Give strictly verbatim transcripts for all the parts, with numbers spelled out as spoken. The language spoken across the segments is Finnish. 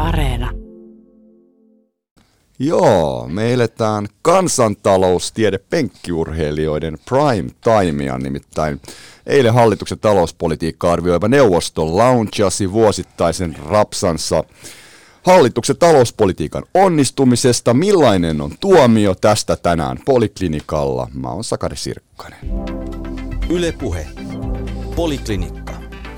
Areena. Joo, me eletään kansantaloustiede penkkiurheilijoiden prime timea, nimittäin eilen hallituksen talouspolitiikkaa arvioiva neuvosto launchasi vuosittaisen rapsansa hallituksen talouspolitiikan onnistumisesta. Millainen on tuomio tästä tänään Poliklinikalla? Mä oon Sakari Sirkkanen. Yle Puhe. Poliklinikka.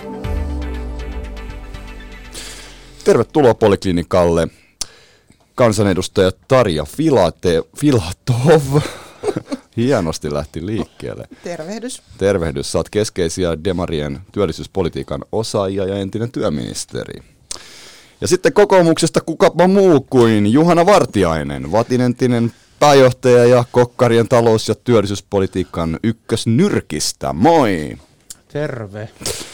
Tervetuloa Poliklinikalle. Kansanedustaja Tarja Filate, Filatov. Hienosti lähti liikkeelle. Tervehdys. Tervehdys. Sä oot keskeisiä Demarien työllisyyspolitiikan osaajia ja entinen työministeri. Ja sitten kokoomuksesta kukapa muu kuin Juhana Vartiainen, Vatin entinen pääjohtaja ja Kokkarien talous- ja työllisyyspolitiikan ykkösnyrkistä. Moi! Terve.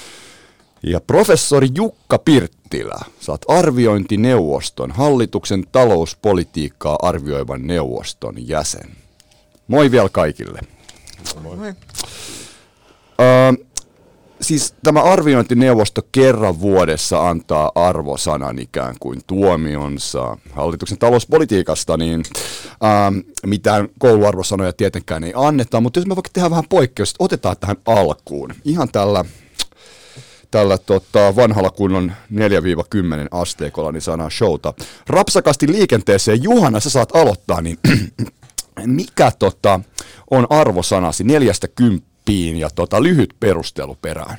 Ja professori Jukka Pirttilä, sä oot arviointineuvoston, hallituksen talouspolitiikkaa arvioivan neuvoston jäsen. Moi vielä kaikille. Moi. Moi. Ö, siis tämä arviointineuvosto kerran vuodessa antaa arvosanan ikään kuin tuomionsa hallituksen talouspolitiikasta, niin ö, mitään kouluarvosanoja tietenkään ei anneta, mutta jos me vaikka tehdään vähän poikkeus, otetaan tähän alkuun ihan tällä tällä tota, vanhalla kunnon neljä kymmenen asteikolla, niin saadaan showta. Rapsakasti liikenteeseen, Juhana, sä saat aloittaa, niin mikä tota, on arvosanasi neljästä kymppiin ja tota, lyhyt perustelu perään?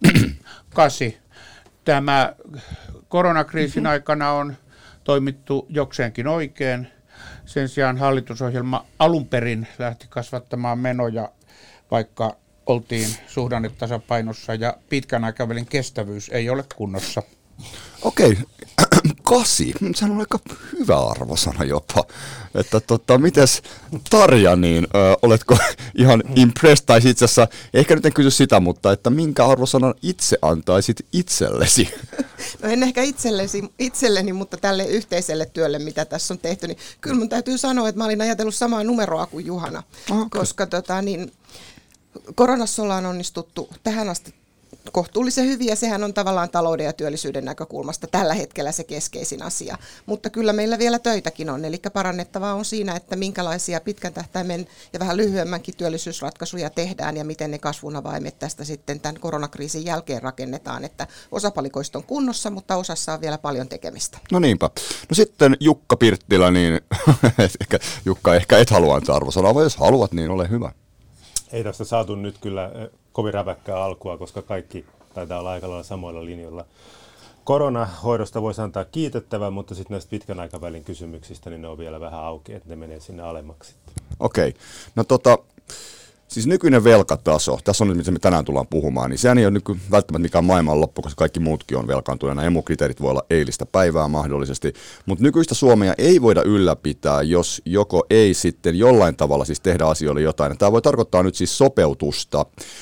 Kasi. Tämä koronakriisin aikana on toimittu jokseenkin oikein. Sen sijaan hallitusohjelma alun perin lähti kasvattamaan menoja, vaikka oltiin suhdannetasapainossa ja pitkän aikavälin kestävyys ei ole kunnossa. Okei, kasi. Sehän on aika hyvä arvosana jopa. Että tota, mites Tarja, niin ö, oletko ihan impressed, tai itse asiassa, ehkä nyt en kysy sitä, mutta että minkä arvosanan itse antaisit itsellesi? No en ehkä itsellesi, itselleni, mutta tälle yhteiselle työlle, mitä tässä on tehty, niin kyllä mun täytyy sanoa, että mä olin ajatellut samaa numeroa kuin Juhana, okay. koska tota niin, koronassa ollaan onnistuttu tähän asti kohtuullisen hyvin, ja sehän on tavallaan talouden ja työllisyyden näkökulmasta tällä hetkellä se keskeisin asia. Mutta kyllä meillä vielä töitäkin on, eli parannettavaa on siinä, että minkälaisia pitkän tähtäimen ja vähän lyhyemmänkin työllisyysratkaisuja tehdään, ja miten ne kasvun avaimet tästä sitten tämän koronakriisin jälkeen rakennetaan, että osa palikoista on kunnossa, mutta osassa on vielä paljon tekemistä. No niinpä. No sitten Jukka Pirttilä, niin ehkä, Jukka, ehkä et halua antaa arvosanaa, vai jos haluat, niin ole hyvä. Ei tästä saatu nyt kyllä kovin räväkkää alkua, koska kaikki taitaa olla aika lailla samoilla linjoilla. Koronahoidosta voisi antaa kiitettävää, mutta sitten näistä pitkän aikavälin kysymyksistä, niin ne on vielä vähän auki, että ne menee sinne alemmaksi. Okei. No tota, siis nykyinen velkataso, tässä on nyt, mitä me tänään tullaan puhumaan, niin sehän ei ole nyky, välttämättä mikään maailmanloppu, koska kaikki muutkin on velkaantuneena. Emu-kriteerit voi olla eilistä päivää mahdollisesti, mutta nykyistä Suomea ei voida ylläpitää, jos joko ei sitten jollain tavalla siis tehdä asioille jotain. Tämä voi tarkoittaa nyt siis sopeutusta,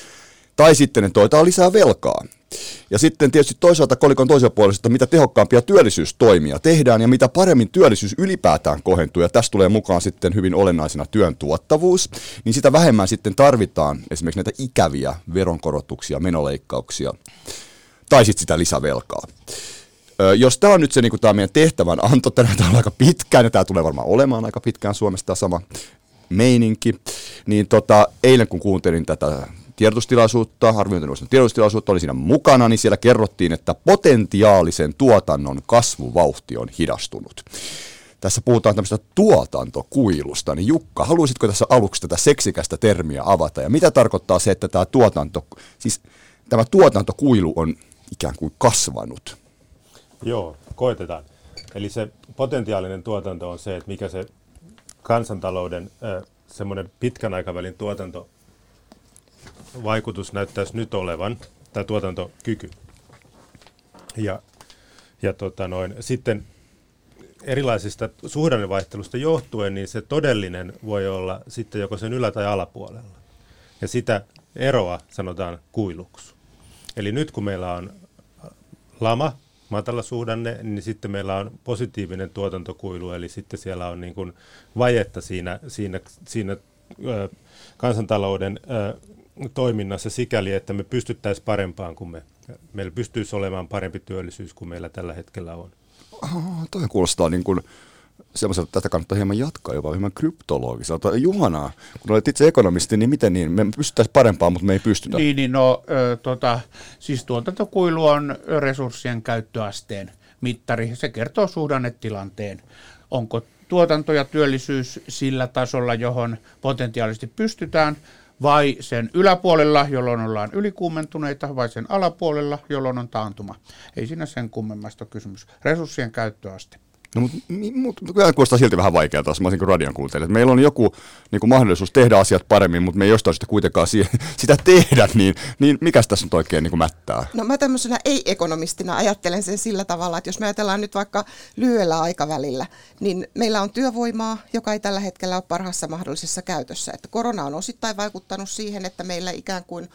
tai sitten, että otetaan lisää velkaa. Ja sitten tietysti toisaalta kolikon toisella puolella, että mitä tehokkaampia työllisyystoimia tehdään ja mitä paremmin työllisyys ylipäätään kohentuu, ja tästä tulee mukaan sitten hyvin olennaisena työn tuottavuus, niin sitä vähemmän sitten tarvitaan esimerkiksi näitä ikäviä veronkorotuksia, menoleikkauksia tai sitten sitä lisävelkaa. Ö, jos tämä on nyt se niin kuin tämä meidän tehtävän anto, tämä on aika pitkään ja tämä tulee varmaan olemaan aika pitkään Suomessa tämä sama meininki, niin tota, eilen kun kuuntelin tätä tiedotustilaisuutta, arviointineuvoston tiedotustilaisuutta oli siinä mukana, niin siellä kerrottiin, että potentiaalisen tuotannon kasvuvauhti on hidastunut. Tässä puhutaan tämmöistä tuotantokuilusta, niin Jukka, haluaisitko tässä aluksi tätä seksikästä termiä avata, ja mitä tarkoittaa se, että tämä tuotanto, siis tämä tuotantokuilu on ikään kuin kasvanut? Joo, koetetaan. Eli se potentiaalinen tuotanto on se, että mikä se kansantalouden äh, semmoinen pitkän aikavälin tuotanto vaikutus näyttäisi nyt olevan, tämä tuotantokyky. Ja, ja tota noin, sitten erilaisista suhdannevaihtelusta johtuen, niin se todellinen voi olla sitten joko sen ylä- tai alapuolella. Ja sitä eroa sanotaan kuiluksi. Eli nyt kun meillä on lama, matala suhdanne, niin sitten meillä on positiivinen tuotantokuilu, eli sitten siellä on niin kuin vajetta siinä, siinä, siinä ö, kansantalouden ö, toiminnassa sikäli, että me pystyttäisiin parempaan kuin me. Meillä pystyisi olemaan parempi työllisyys kuin meillä tällä hetkellä on. Oh, toi kuulostaa niin kuin semmoiselta, että tätä kannattaa hieman jatkaa jopa hieman kryptologiselta. Juhana, kun olet itse ekonomisti, niin miten niin? Me pystyttäisiin parempaan, mutta me ei pystytä. Niin, niin no, ö, tota, siis tuotantokuilu on resurssien käyttöasteen mittari. Se kertoo suhdannetilanteen. Onko tuotanto ja työllisyys sillä tasolla, johon potentiaalisesti pystytään, vai sen yläpuolella, jolloin ollaan ylikuumentuneita, vai sen alapuolella, jolloin on taantuma. Ei siinä sen kummemmasta kysymys. Resurssien käyttöaste. No, mutta mut, kyllä kuulostaa silti vähän vaikeaa taas, mä olisin kuin radion kuuntelijat. Meillä on joku niin kuin mahdollisuus tehdä asiat paremmin, mutta me ei jostain sitä kuitenkaan si- sitä tehdä, niin, niin mikäs tässä nyt oikein niin kuin mättää? No mä tämmöisenä ei-ekonomistina ajattelen sen sillä tavalla, että jos me ajatellaan nyt vaikka lyhyellä aikavälillä, niin meillä on työvoimaa, joka ei tällä hetkellä ole parhaassa mahdollisessa käytössä. Että korona on osittain vaikuttanut siihen, että meillä ikään kuin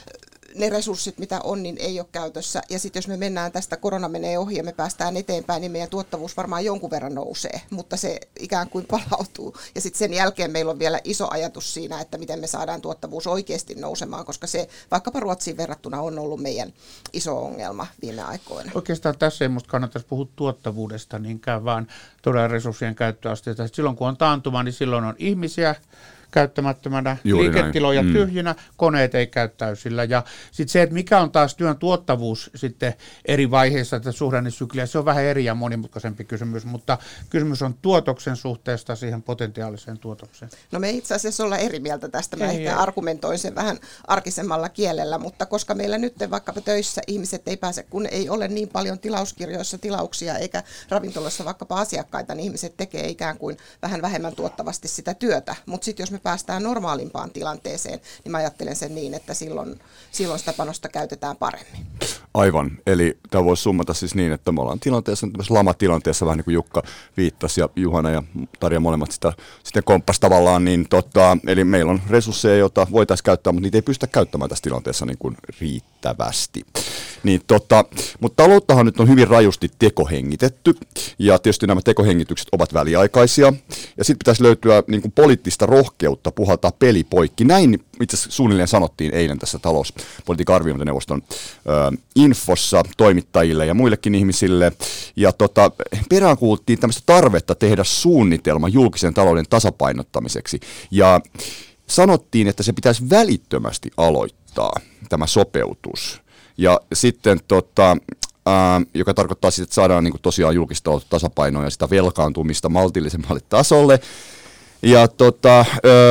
ne resurssit, mitä on, niin ei ole käytössä. Ja sitten jos me mennään tästä, korona menee ohi ja me päästään eteenpäin, niin meidän tuottavuus varmaan jonkun verran nousee, mutta se ikään kuin palautuu. Ja sitten sen jälkeen meillä on vielä iso ajatus siinä, että miten me saadaan tuottavuus oikeasti nousemaan, koska se vaikkapa Ruotsiin verrattuna on ollut meidän iso ongelma viime aikoina. Oikeastaan tässä ei musta kannattaisi puhua tuottavuudesta niinkään, vaan todella resurssien käyttöasteesta. Silloin kun on taantuma, niin silloin on ihmisiä käyttämättömänä, Juuri liiketiloja näin. tyhjinä, mm. koneet ei käy täysillä. Ja sitten se, että mikä on taas työn tuottavuus sitten eri vaiheissa tätä suhdannesykliä, se on vähän eri ja monimutkaisempi kysymys, mutta kysymys on tuotoksen suhteesta siihen potentiaaliseen tuotokseen. No me itse asiassa ollaan eri mieltä tästä. Mä ei, ehkä ei. argumentoin sen vähän arkisemmalla kielellä, mutta koska meillä nyt vaikkapa töissä ihmiset ei pääse, kun ei ole niin paljon tilauskirjoissa tilauksia eikä ravintolassa vaikkapa asiakkaita, niin ihmiset tekee ikään kuin vähän vähemmän tuottavasti sitä työtä. Mutta sitten jos me päästään normaalimpaan tilanteeseen, niin mä ajattelen sen niin, että silloin, silloin sitä panosta käytetään paremmin. Aivan. Eli tämä voisi summata siis niin, että me ollaan tilanteessa, lamatilanteessa, vähän niin kuin Jukka viittasi ja Juhana ja Tarja molemmat sitä sitten komppas tavallaan, niin tota, eli meillä on resursseja, joita voitaisiin käyttää, mutta niitä ei pystytä käyttämään tässä tilanteessa niin kuin riittävästi. Niin tota, mutta talouttahan nyt on hyvin rajusti tekohengitetty, ja tietysti nämä tekohengitykset ovat väliaikaisia, ja sitten pitäisi löytyä niin kuin poliittista rohkeutta puhaltaa peli poikki. Näin itse asiassa suunnilleen sanottiin eilen tässä talouspolitiikan arviointineuvoston ö, infossa toimittajille ja muillekin ihmisille, ja tota, peräänkuuluttiin tämmöistä tarvetta tehdä suunnitelma julkisen talouden tasapainottamiseksi, ja sanottiin, että se pitäisi välittömästi aloittaa, tämä sopeutus. Ja sitten, tota, ää, joka tarkoittaa sitten, että saadaan niin kuin tosiaan julkista taloutta tasapainoa ja sitä velkaantumista maltillisemmalle tasolle. Ja tota,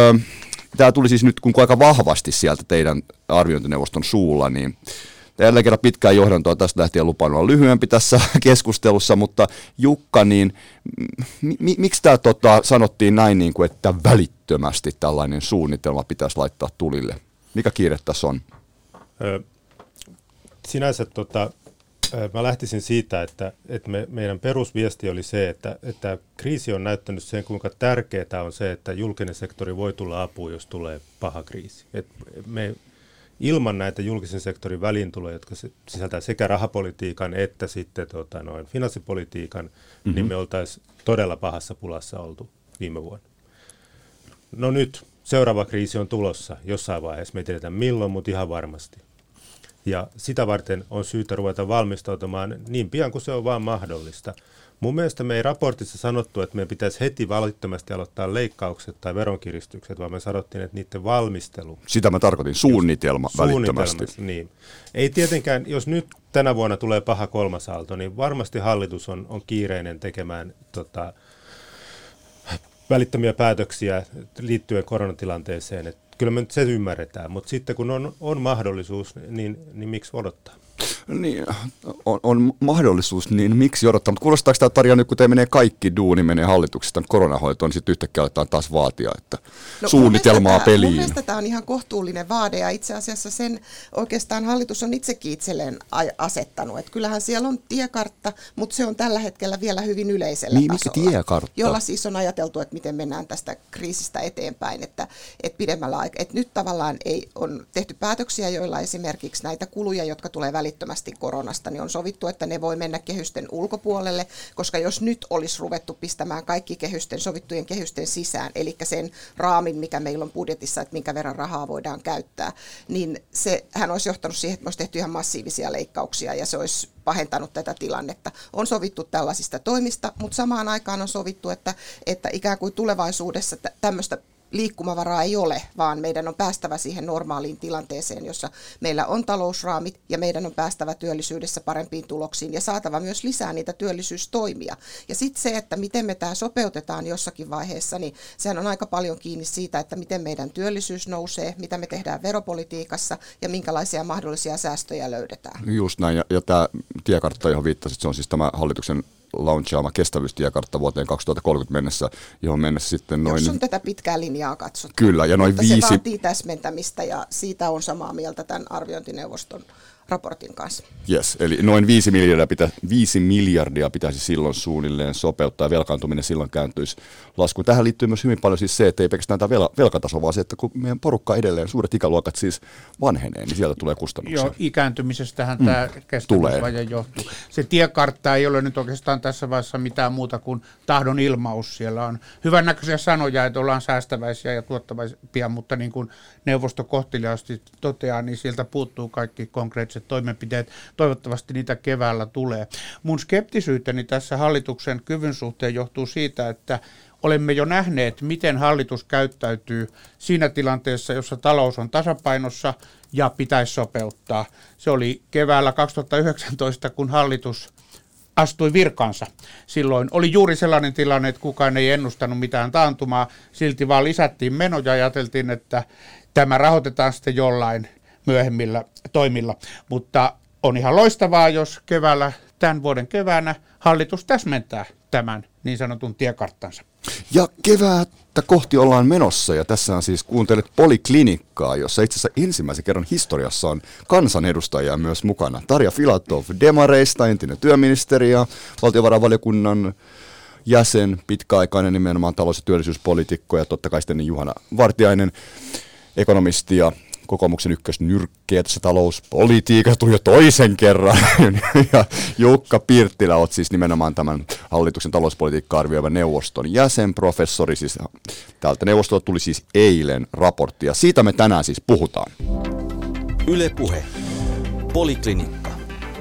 tämä tuli siis nyt kun aika vahvasti sieltä teidän arviointineuvoston suulla, niin jälleen kerran pitkään johdantoa tästä lähtien lupaan olla lyhyempi tässä keskustelussa, mutta Jukka, niin mi- miksi tämä tota, sanottiin näin, niin kuin, että välittömästi tällainen suunnitelma pitäisi laittaa tulille? Mikä kiire tässä on? Ö, sinänsä tota, mä lähtisin siitä, että, että me, meidän perusviesti oli se, että, että kriisi on näyttänyt sen, kuinka tärkeää on se, että julkinen sektori voi tulla apuun, jos tulee paha kriisi. Et me, ilman näitä julkisen sektorin väliintuloja, jotka sisältää sekä rahapolitiikan että sitten tota, noin finanssipolitiikan, mm-hmm. niin me oltaisiin todella pahassa pulassa oltu viime vuonna. No nyt seuraava kriisi on tulossa jossain vaiheessa. Me ei tiedetä milloin, mutta ihan varmasti. Ja sitä varten on syytä ruveta valmistautumaan niin pian kuin se on vaan mahdollista. Mun mielestä me ei raportissa sanottu, että meidän pitäisi heti välittömästi aloittaa leikkaukset tai veronkiristykset, vaan me sanottiin, että niiden valmistelu. Sitä mä tarkoitin, suunnitelma välittömästi. Niin. Ei tietenkään, jos nyt tänä vuonna tulee paha kolmas aalto, niin varmasti hallitus on, on kiireinen tekemään tota, välittömiä päätöksiä liittyen koronatilanteeseen. Et kyllä me nyt se ymmärretään, mutta sitten kun on, on mahdollisuus, niin, niin miksi odottaa? Niin, on, on mahdollisuus, niin miksi odottaa? Mutta kuulostaako tämä, Tarja, nyt kun te menee kaikki duuni, menee hallituksesta koronahoitoon, niin sitten yhtäkkiä aletaan taas vaatia, että no, suunnitelmaa mun peliin. Mun mielestä tämä on ihan kohtuullinen vaade, ja itse asiassa sen oikeastaan hallitus on itsekin itselleen asettanut. Että kyllähän siellä on tiekartta, mutta se on tällä hetkellä vielä hyvin yleisellä niin, tasolla. Mikä tiekartta? Jolla siis on ajateltu, että miten mennään tästä kriisistä eteenpäin, että, että pidemmällä aikaa. Että nyt tavallaan ei on tehty päätöksiä, joilla esimerkiksi näitä kuluja, jotka tulee välittömästi selvästi koronasta, niin on sovittu, että ne voi mennä kehysten ulkopuolelle, koska jos nyt olisi ruvettu pistämään kaikki kehysten, sovittujen kehysten sisään, eli sen raamin, mikä meillä on budjetissa, että minkä verran rahaa voidaan käyttää, niin sehän olisi johtanut siihen, että me olisi tehty ihan massiivisia leikkauksia ja se olisi pahentanut tätä tilannetta. On sovittu tällaisista toimista, mutta samaan aikaan on sovittu, että, että ikään kuin tulevaisuudessa tä- tämmöistä liikkumavaraa ei ole, vaan meidän on päästävä siihen normaaliin tilanteeseen, jossa meillä on talousraamit ja meidän on päästävä työllisyydessä parempiin tuloksiin ja saatava myös lisää niitä työllisyystoimia. Ja sitten se, että miten me tämä sopeutetaan jossakin vaiheessa, niin sehän on aika paljon kiinni siitä, että miten meidän työllisyys nousee, mitä me tehdään veropolitiikassa ja minkälaisia mahdollisia säästöjä löydetään. Just näin, ja, ja tämä tiekartta, johon viittasit, se on siis tämä hallituksen launchaama kestävyystiekartta vuoteen kaksituhattakolmekymmentä mennessä, johon mennessä sitten noin... Jos on tätä pitkää linjaa katsottu. Kyllä, ja noin mutta viisi... se vaatii täsmentämistä ja siitä on samaa mieltä tämän arviointineuvoston raportin kanssa. Yes, eli noin viisi miljardia, pitä, viisi miljardia pitäisi silloin suunnilleen sopeuttaa ja velkaantuminen silloin kääntyisi laskuun. Tähän liittyy myös hyvin paljon siis se, että ei pelkästään tämä vel- velkataso, vaan se, että kun meidän porukka edelleen, suuret ikäluokat siis vanhenee, niin sieltä tulee kustannuksia. Joo, ikääntymisestähän mm. tämä kestävyysvaje johtuu. Se tiekartta ei ole nyt oikeastaan tässä vaiheessa mitään muuta kuin tahdon ilmaus. Siellä on hyvännäköisiä sanoja, että ollaan säästäväisiä ja tuottavaisia, mutta niin kuin neuvosto kohteliaasti toteaa, niin sieltä puuttuu kaikki konkreettiset toimenpiteet. Toivottavasti niitä keväällä tulee. Mun skeptisyyteni tässä hallituksen kyvyn suhteen johtuu siitä, että olemme jo nähneet, miten hallitus käyttäytyy siinä tilanteessa, jossa talous on tasapainossa ja pitäisi sopeuttaa. Se oli keväällä kaksituhattayhdeksäntoista, kun hallitus astui virkansa. Silloin oli juuri sellainen tilanne, että kukaan ei ennustanut mitään taantumaa, silti vaan lisättiin menoja ja ajateltiin, että tämä rahoitetaan sitten jollain myöhemmillä toimilla. Mutta on ihan loistavaa, jos keväällä, tämän vuoden keväänä hallitus täsmentää tämän niin sanotun tiekarttansa. Ja kevättä kohti ollaan menossa, ja tässä on siis kuuntelet Poliklinikkaa, jossa itse asiassa ensimmäisen kerran historiassa on kansanedustajia myös mukana. Tarja Filatov Demareista, entinen työministeri ja valtiovarainvaliokunnan jäsen, pitkäaikainen nimenomaan talous- ja työllisyyspoliitikko, ja totta kai sitten Juhana Vartiainen, ekonomisti ja kokoomuksen ykkösnyrkkeä tässä talouspolitiikassa tuli jo toisen kerran. Ja Jukka Pirttilä olet siis nimenomaan tämän hallituksen talouspolitiikkaa arvioivan neuvoston jäsen, professori. Siis tältä neuvostolta tuli siis eilen raportti ja siitä me tänään siis puhutaan. Yle Puhe. Poliklinikka.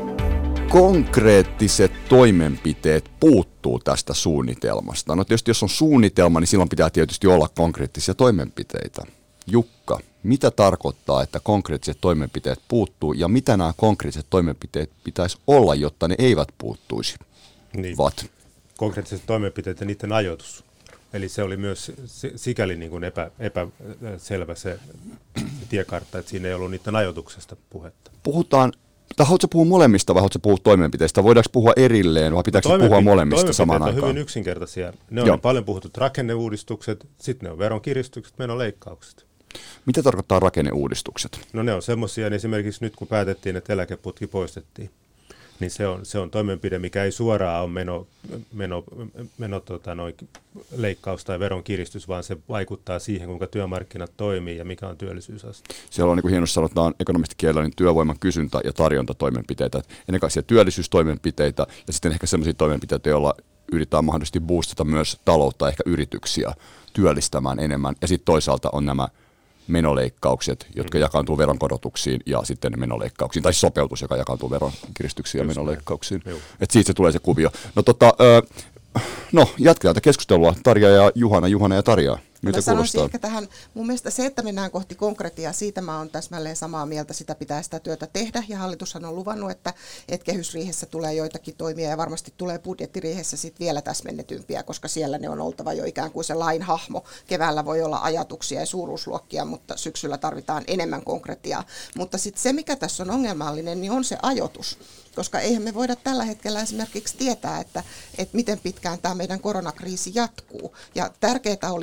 Konkreettiset toimenpiteet puuttuu tästä suunnitelmasta. No tietysti jos on suunnitelma, niin silloin pitää tietysti olla konkreettisia toimenpiteitä. Jukka, mitä tarkoittaa, että konkreettiset toimenpiteet puuttuu ja mitä nämä konkreettiset toimenpiteet pitäisi olla, jotta ne eivät puuttuisi? Niin. Vat. Konkreettiset toimenpiteet ja niiden ajoitus. Eli se oli myös sikäli niin kuin epä, epäselvä se tiekartta, että siinä ei ollut niiden ajoituksesta puhetta. Puhutaan, tai haluatko puhua molemmista vai haluatko puhua toimenpiteistä? Voidaanko puhua erilleen vai pitääkö Toimenpi- puhua molemmista samaan aikaan? Toimenpiteet on hyvin yksinkertaisia. Ne on ne paljon puhutut rakenneuudistukset, sitten ne on veronkiristykset, menoleikkaukset. Mitä tarkoittaa rakenneuudistukset? No ne on semmoisia, esimerkiksi nyt kun päätettiin, että eläkeputki poistettiin, niin se on, se on toimenpide, mikä ei suoraan ole meno, meno, meno tota, noin, leikkaus tai veronkiristys, vaan se vaikuttaa siihen, kuinka työmarkkinat toimii ja mikä on työllisyysaste. Siellä on, niin kuin hienosti sanotaan ekonomistikielellä, niin työvoiman kysyntä- ja tarjontatoimenpiteitä, ennen kaikkea työllisyystoimenpiteitä ja sitten ehkä sellaisia toimenpiteitä, joilla yritetään mahdollisesti boostata myös taloutta, ehkä yrityksiä työllistämään enemmän. Ja sitten toisaalta on nämä menoleikkaukset, jotka jakaantuu veronkorotuksiin ja sitten menoleikkauksiin, tai sopeutus, joka jakaantuu veronkiristyksiin ja menoleikkauksiin. Että siitä se tulee se kuvio. No, tota, äh, no jatketaan tätä keskustelua. Tarja ja Juhana, Juhana ja Tarja. Miltä mä sanoisin kuulostaa? ehkä tähän, mun mielestä se, että mennään kohti konkretiaa, siitä mä oon täsmälleen samaa mieltä, sitä pitää sitä työtä tehdä, ja hallitushan on luvannut, että, että kehysriihessä tulee joitakin toimia, ja varmasti tulee budjettiriihessä sitten vielä täsmennetympiä, koska siellä ne on oltava jo ikään kuin se lain hahmo. Keväällä voi olla ajatuksia ja suuruusluokkia, mutta syksyllä tarvitaan enemmän konkretiaa. Mutta sitten se, mikä tässä on ongelmallinen, niin on se ajoitus. Koska eihän me voida tällä hetkellä esimerkiksi tietää, että, että miten pitkään tämä meidän koronakriisi jatkuu. Ja tärkeää olisi se, että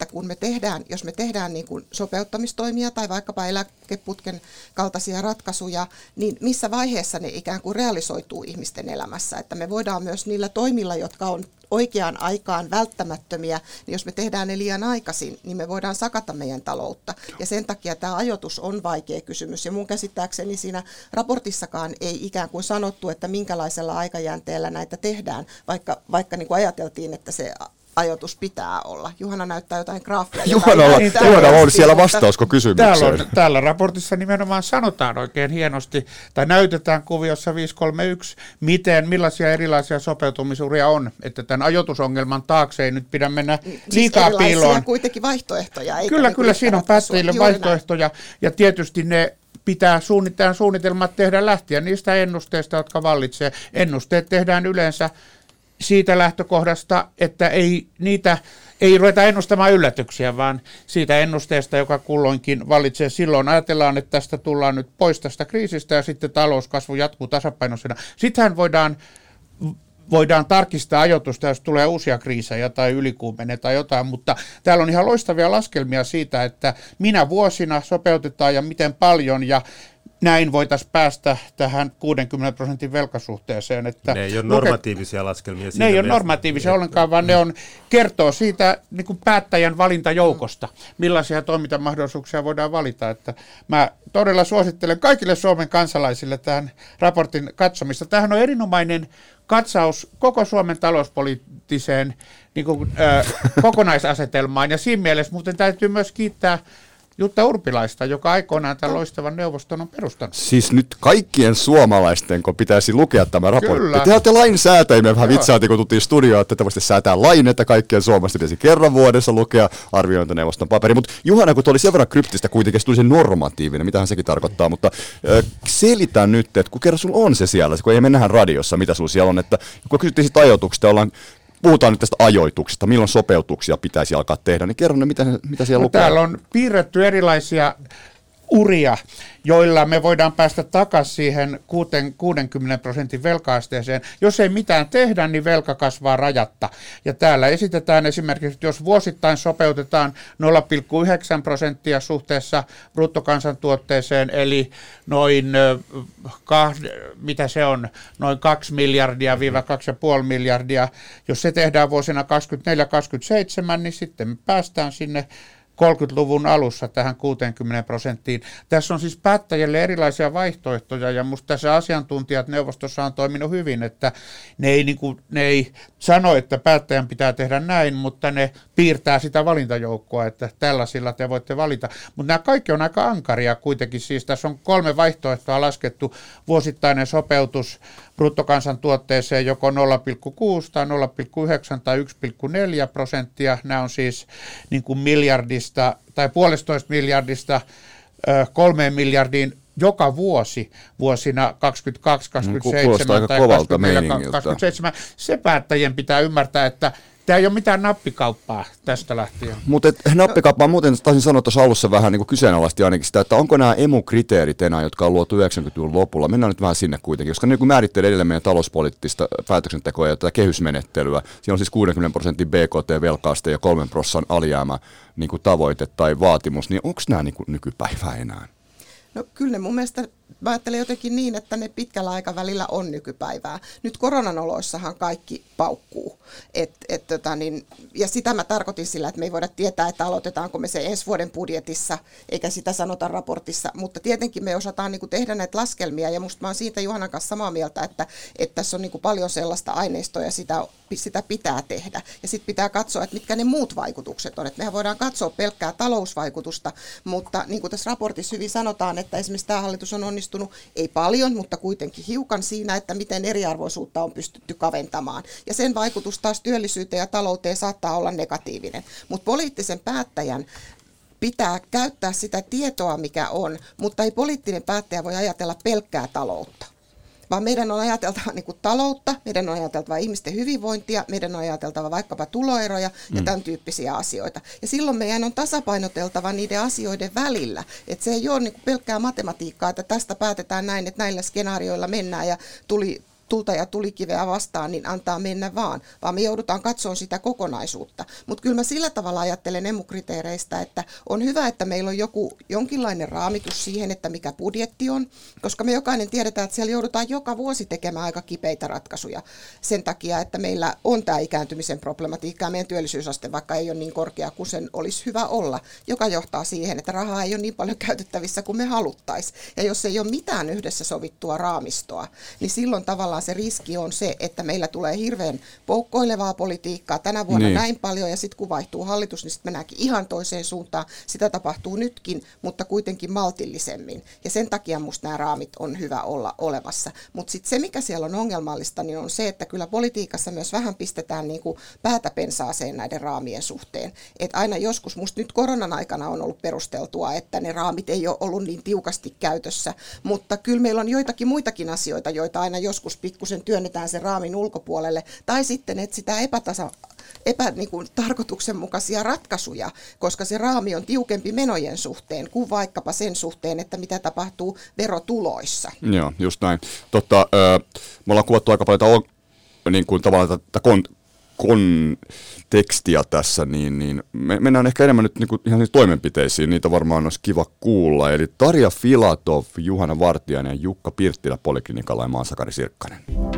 että kun me tehdään, jos me tehdään niin kuin sopeuttamistoimia tai vaikkapa eläkeputken kaltaisia ratkaisuja, niin missä vaiheessa ne ikään kuin realisoituu ihmisten elämässä, että me voidaan myös niillä toimilla, jotka on oikeaan aikaan välttämättömiä, niin jos me tehdään ne liian aikaisin, niin me voidaan sakata meidän taloutta. Ja sen takia tämä ajoitus on vaikea kysymys. Ja mun käsittääkseni siinä raportissakaan ei ikään kuin sanottu, että minkälaisella aikajänteellä näitä tehdään, vaikka, vaikka niin kuin ajateltiin, että se ajoitus pitää olla. Juhana näyttää jotain graafia. Juhana on siellä vastausko kysymykseen. Täällä, on, täällä raportissa nimenomaan sanotaan oikein hienosti, tai näytetään kuviossa viisi kolme yksi, miten, millaisia erilaisia sopeutumisuria on, että tämän ajoitusongelman taakse ei nyt pidä mennä liikaa siis piiloon. Kuitenkin vaihtoehtoja. Eikä kyllä, niin kyllä siinä on päättäjille vaihtoehtoja, näin. Ja tietysti ne pitää suunnitella suunnitelmat tehdä lähtien niistä ennusteista, jotka vallitsee. Ennusteet tehdään yleensä siitä lähtökohdasta, että ei niitä ei ruveta ennustamaan yllätyksiä, vaan siitä ennusteesta, joka kulloinkin vallitsee. Silloin ajatellaan, että tästä tullaan nyt pois tästä kriisistä ja sitten talouskasvu jatkuu tasapainoisena. Sittenhän voidaan, voidaan tarkistaa ajoitusta, jos tulee uusia kriisejä tai ylikuumenee tai jotain, mutta täällä on ihan loistavia laskelmia siitä, että minä vuosina sopeutetaan ja miten paljon ja näin voitaisiin päästä tähän kuudenkymmenen prosentin velkasuhteeseen. Että ne ei ole normatiivisia laskelmia. Ne ei ole normatiivisia ollenkaan, vaan ne on, kertoo siitä niin kuin päättäjän valintajoukosta, millaisia toimintamahdollisuuksia voidaan valita. Että mä todella suosittelen kaikille Suomen kansalaisille tähän raportin katsomista. Tämähän on erinomainen katsaus koko Suomen talouspoliittiseen niin kuin, äh, kokonaisasetelmaan. Ja siinä mielessä muuten täytyy myös kiittää Jutta Urpilaista, joka aikoinaan tämän loistavan neuvoston on perustanut. Siis nyt kaikkien suomalaisten, kun pitäisi lukea tämä raportti. Kyllä. Te olette lainsäätäjiä, me vähän vitsaatiin, kun tultiin studioon, että te voisitte säätää lain, että kaikkien suomalaisten pitäisi kerran vuodessa lukea arviointineuvoston paperi. Mutta Juhana, kun tuo oli sen verran kryptistä kuitenkin, se tuli se normatiivinen, mitähän sekin tarkoittaa, mutta äh, selitä nyt, että kun kerran sulla on se siellä, kun ei me nähdä radiossa, mitä sulla siellä on, että kun kysyttiin siitä ajoituksesta, ollaan puhutaan nyt tästä ajoituksesta, milloin sopeutuksia pitäisi alkaa tehdä, niin kerro ne, mitä, mitä siellä no, lukee. Täällä on piirretty erilaisia uria, joilla me voidaan päästä takaisin siihen kuudenkymmenen prosentin velka-asteeseen. Jos ei mitään tehdä, niin velka kasvaa rajatta. Ja täällä esitetään esimerkiksi, että jos vuosittain sopeutetaan nolla pilkku yhdeksän prosenttia suhteessa bruttokansantuotteeseen, eli noin, mitä se on, noin kaksi miljardia viiva kaksi pilkku viisi miljardia. Jos se tehdään vuosina kaksikymmentäneljä kaksikymmentäseitsemän, niin sitten päästään sinne kolmekymmentäluvun alussa tähän kuuteenkymmeneen prosenttiin. Tässä on siis päättäjille erilaisia vaihtoehtoja, ja minusta tässä asiantuntijat neuvostossa on toiminut hyvin, että ne ei, niin kuin, ne ei sano, että päättäjän pitää tehdä näin, mutta ne piirtää sitä valintajoukkoa, että tällaisilla te voitte valita. Mutta nämä kaikki on aika ankaria kuitenkin, siis tässä on kolme vaihtoehtoa laskettu, vuosittainen sopeutus bruttokansantuotteeseen joko nolla pilkku kuusi tai nolla pilkku yhdeksän tai yksi pilkku neljä prosenttia. Nämä on siis niin kuin miljardista tai puolestoista miljardista kolmeen miljardiin joka vuosi vuosina kaksikymmentäkaksi kaksikymmentäseitsemän tai kaksikymmentäneljä kaksikymmentäseitsemän. Se päättäjien pitää ymmärtää, että tämä ei ole mitään nappikauppaa tästä lähtien. Mutta nappikauppaa muuten taisin sanoa tuossa alussa vähän niin kyseenalaisesti ainakin sitä, että onko nämä emu-kriteerit enää, jotka on luotu yhdeksänkymmentäluvun lopulla. Mennään nyt vähän sinne kuitenkin, koska ne niin määrittelee edelleen meidän talouspoliittista päätöksentekoa ja tätä kehysmenettelyä. Siinä on siis kuudenkymmenen prosentin B K T-velkaaste ja kolmen prosentin alijäämä niin kuin tavoite tai vaatimus. Niin onko nämä niin kuin nykypäivää enää? No kyllä ne mun mielestä, mä ajattelen jotenkin niin, että ne pitkällä aikavälillä on nykypäivää. Nyt koronan oloissahan kaikki paukkuu. Et, et, tota niin, ja sitä mä tarkoitin sillä, että me ei voida tietää, että aloitetaanko me se ensi vuoden budjetissa, eikä sitä sanota raportissa. Mutta tietenkin me osataan niin kuin tehdä näitä laskelmia, ja musta mä oon siitä Juhanan kanssa samaa mieltä, että, että tässä on niin kuin paljon sellaista aineistoa, ja sitä, sitä pitää tehdä. Ja sitten pitää katsoa, että mitkä ne muut vaikutukset on. Et mehän voidaan katsoa pelkkää talousvaikutusta, mutta niin kuin tässä raportissa hyvin sanotaan, että esimerkiksi tämä hallitus on onnistunut, ei paljon, mutta kuitenkin hiukan siinä, että miten eriarvoisuutta on pystytty kaventamaan. Ja sen vaikutus taas työllisyyteen ja talouteen saattaa olla negatiivinen. Mutta poliittisen päättäjän pitää käyttää sitä tietoa, mikä on, mutta ei poliittinen päättäjä voi ajatella pelkkää taloutta. Vaan meidän on ajateltava niin kuin taloutta, meidän on ajateltava ihmisten hyvinvointia, meidän on ajateltava vaikkapa tuloeroja ja mm. tämän tyyppisiä asioita. Ja silloin meidän on tasapainoteltava niiden asioiden välillä. Että se ei ole niin kuin pelkkää matematiikkaa, että tästä päätetään näin, että näillä skenaarioilla mennään ja tuli tulta ja tulikiveä vastaan, niin antaa mennä vaan, vaan me joudutaan katsomaan sitä kokonaisuutta. Mutta kyllä mä sillä tavalla ajattelen emukriteereistä, että on hyvä, että meillä on joku jonkinlainen raamitus siihen, että mikä budjetti on, koska me jokainen tiedetään, että siellä joudutaan joka vuosi tekemään aika kipeitä ratkaisuja sen takia, että meillä on tämä ikääntymisen problematiikka ja meidän työllisyysaste, vaikka ei ole niin korkea kuin sen olisi hyvä olla, joka johtaa siihen, että rahaa ei ole niin paljon käytettävissä kuin me haluttaisiin. Ja jos ei ole mitään yhdessä sovittua raamistoa, niin silloin tavallaan se riski on se, että meillä tulee hirveän poukkoilevaa politiikkaa tänä vuonna niin. näin paljon, ja sitten kun vaihtuu hallitus, niin sitten mennäänkin ihan toiseen suuntaan. Sitä tapahtuu nytkin, mutta kuitenkin maltillisemmin. Ja sen takia musta nämä raamit on hyvä olla olemassa. Mutta sitten se, mikä siellä on ongelmallista, niin on se, että kyllä politiikassa myös vähän pistetään niin kuin päätä pensaaseen näiden raamien suhteen. Että aina joskus, musta nyt koronan aikana on ollut perusteltua, että ne raamit ei ole ollut niin tiukasti käytössä, mutta kyllä meillä on joitakin muitakin asioita, joita aina joskus pikkusen työnnetään sen raamin ulkopuolelle, tai sitten etsitään epätasa epä, niin kuin, tarkoituksenmukaisia ratkaisuja, koska se raami on tiukempi menojen suhteen kuin vaikkapa sen suhteen, että mitä tapahtuu verotuloissa. Joo, just näin. Totta, äh, me ollaan kuvattu aika paljon tätä, niin kuin, tavallaan tätä kon, kontekstia tässä, niin, niin me mennään ehkä enemmän nyt niin kuin, ihan siis toimenpiteisiin, niitä varmaan olisi kiva kuulla. Eli Tarja Filatov, Juhana Vartiainen ja Jukka Pirttilä Poliklinikalla ja mä oon Sakari Sirkkanen.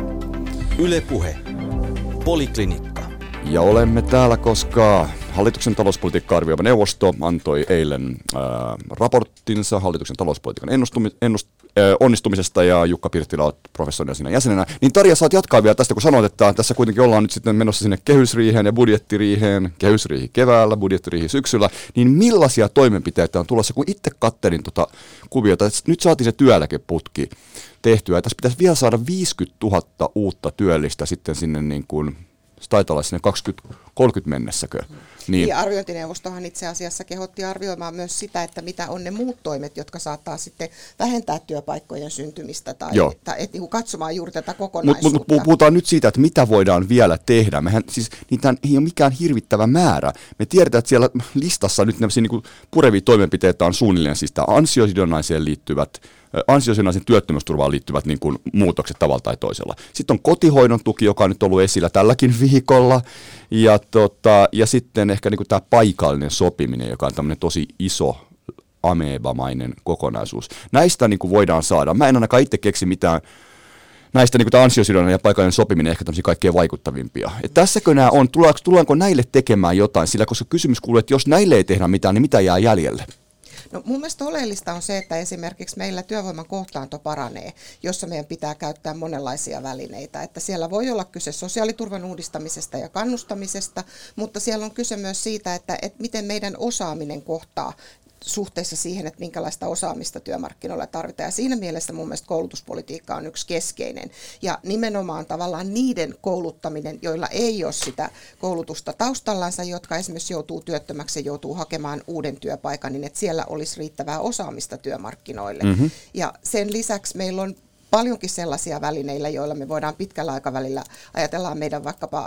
Yle Puhe. Poliklinikka. Ja olemme täällä, koska hallituksen talouspolitiikka-arvioiva neuvosto antoi eilen ää, raporttinsa hallituksen talouspolitiikan ennustumi, ennust, ää, onnistumisesta, ja Jukka Pirttilä on professorina siinä jäsenenä. Niin Tarja, saat jatkaa vielä tästä, kun sanoit, että tässä kuitenkin ollaan nyt sitten menossa sinne kehysriiheen ja budjettiriiheen, kehysriihi keväällä, budjettiriihi syksyllä, niin millaisia toimenpiteitä on tulossa, kun itse kattelin tuota kuviota, että nyt saatiin se työeläkeputki tehtyä, ja tässä pitäisi vielä saada viisikymmentätuhatta uutta työllistä sitten sinne niin kuin se taitaa olla sinne kaksikymmentä kolmekymmentä mennessäkö. Niin. Ja arviointineuvostohan itse asiassa kehotti arvioimaan myös sitä, että mitä on ne muut toimet, jotka saattaa sitten vähentää työpaikkojen syntymistä tai, tai et, niin katsomaan juuri tätä kokonaisuutta. Mutta mut, puhutaan nyt siitä, että mitä voidaan vielä tehdä. Mehän, siis, niitä ei ole mikään hirvittävä määrä. Me tiedetään, että siellä listassa nyt niin kuin purevia toimenpiteitä on suunnilleen siis ansiosidonnaiseen liittyvät ansiosidonnaisen työttömyysturvaan liittyvät niin kuin muutokset tavalla tai toisella. Sitten on kotihoidon tuki, joka on nyt ollut esillä tälläkin viikolla, ja, tota, ja sitten ehkä niin kuin tämä paikallinen sopiminen, joka on tämmöinen tosi iso amebamainen kokonaisuus. Näistä niin kuin voidaan saada, mä en ainakaan itse keksi mitään, näistä niin kuin tämä ansiosidonnainen ja paikallinen sopiminen ehkä tämmöisiä kaikkein vaikuttavimpia. Et tässäkö nämä on, tullaanko, tullaanko näille tekemään jotain, sillä koska kysymys kuuluu, että jos näille ei tehdä mitään, niin mitä jää jäljelle? No, mun mielestä oleellista on se, että esimerkiksi meillä työvoiman kohtaanto paranee, jossa meidän pitää käyttää monenlaisia välineitä. Että siellä voi olla kyse sosiaaliturvan uudistamisesta ja kannustamisesta, mutta siellä on kyse myös siitä, että, että miten meidän osaaminen kohtaa suhteessa siihen, että minkälaista osaamista työmarkkinoilla tarvitaan. Ja siinä mielessä mun mielestä koulutuspolitiikka on yksi keskeinen. Ja nimenomaan tavallaan niiden kouluttaminen, joilla ei ole sitä koulutusta taustallansa, jotka esimerkiksi joutuu työttömäksi ja joutuu hakemaan uuden työpaikan, niin että siellä olisi riittävää osaamista työmarkkinoille. Mm-hmm. Ja sen lisäksi meillä on paljonkin sellaisia välineillä, joilla me voidaan pitkällä aikavälillä, ajatellaan meidän vaikkapa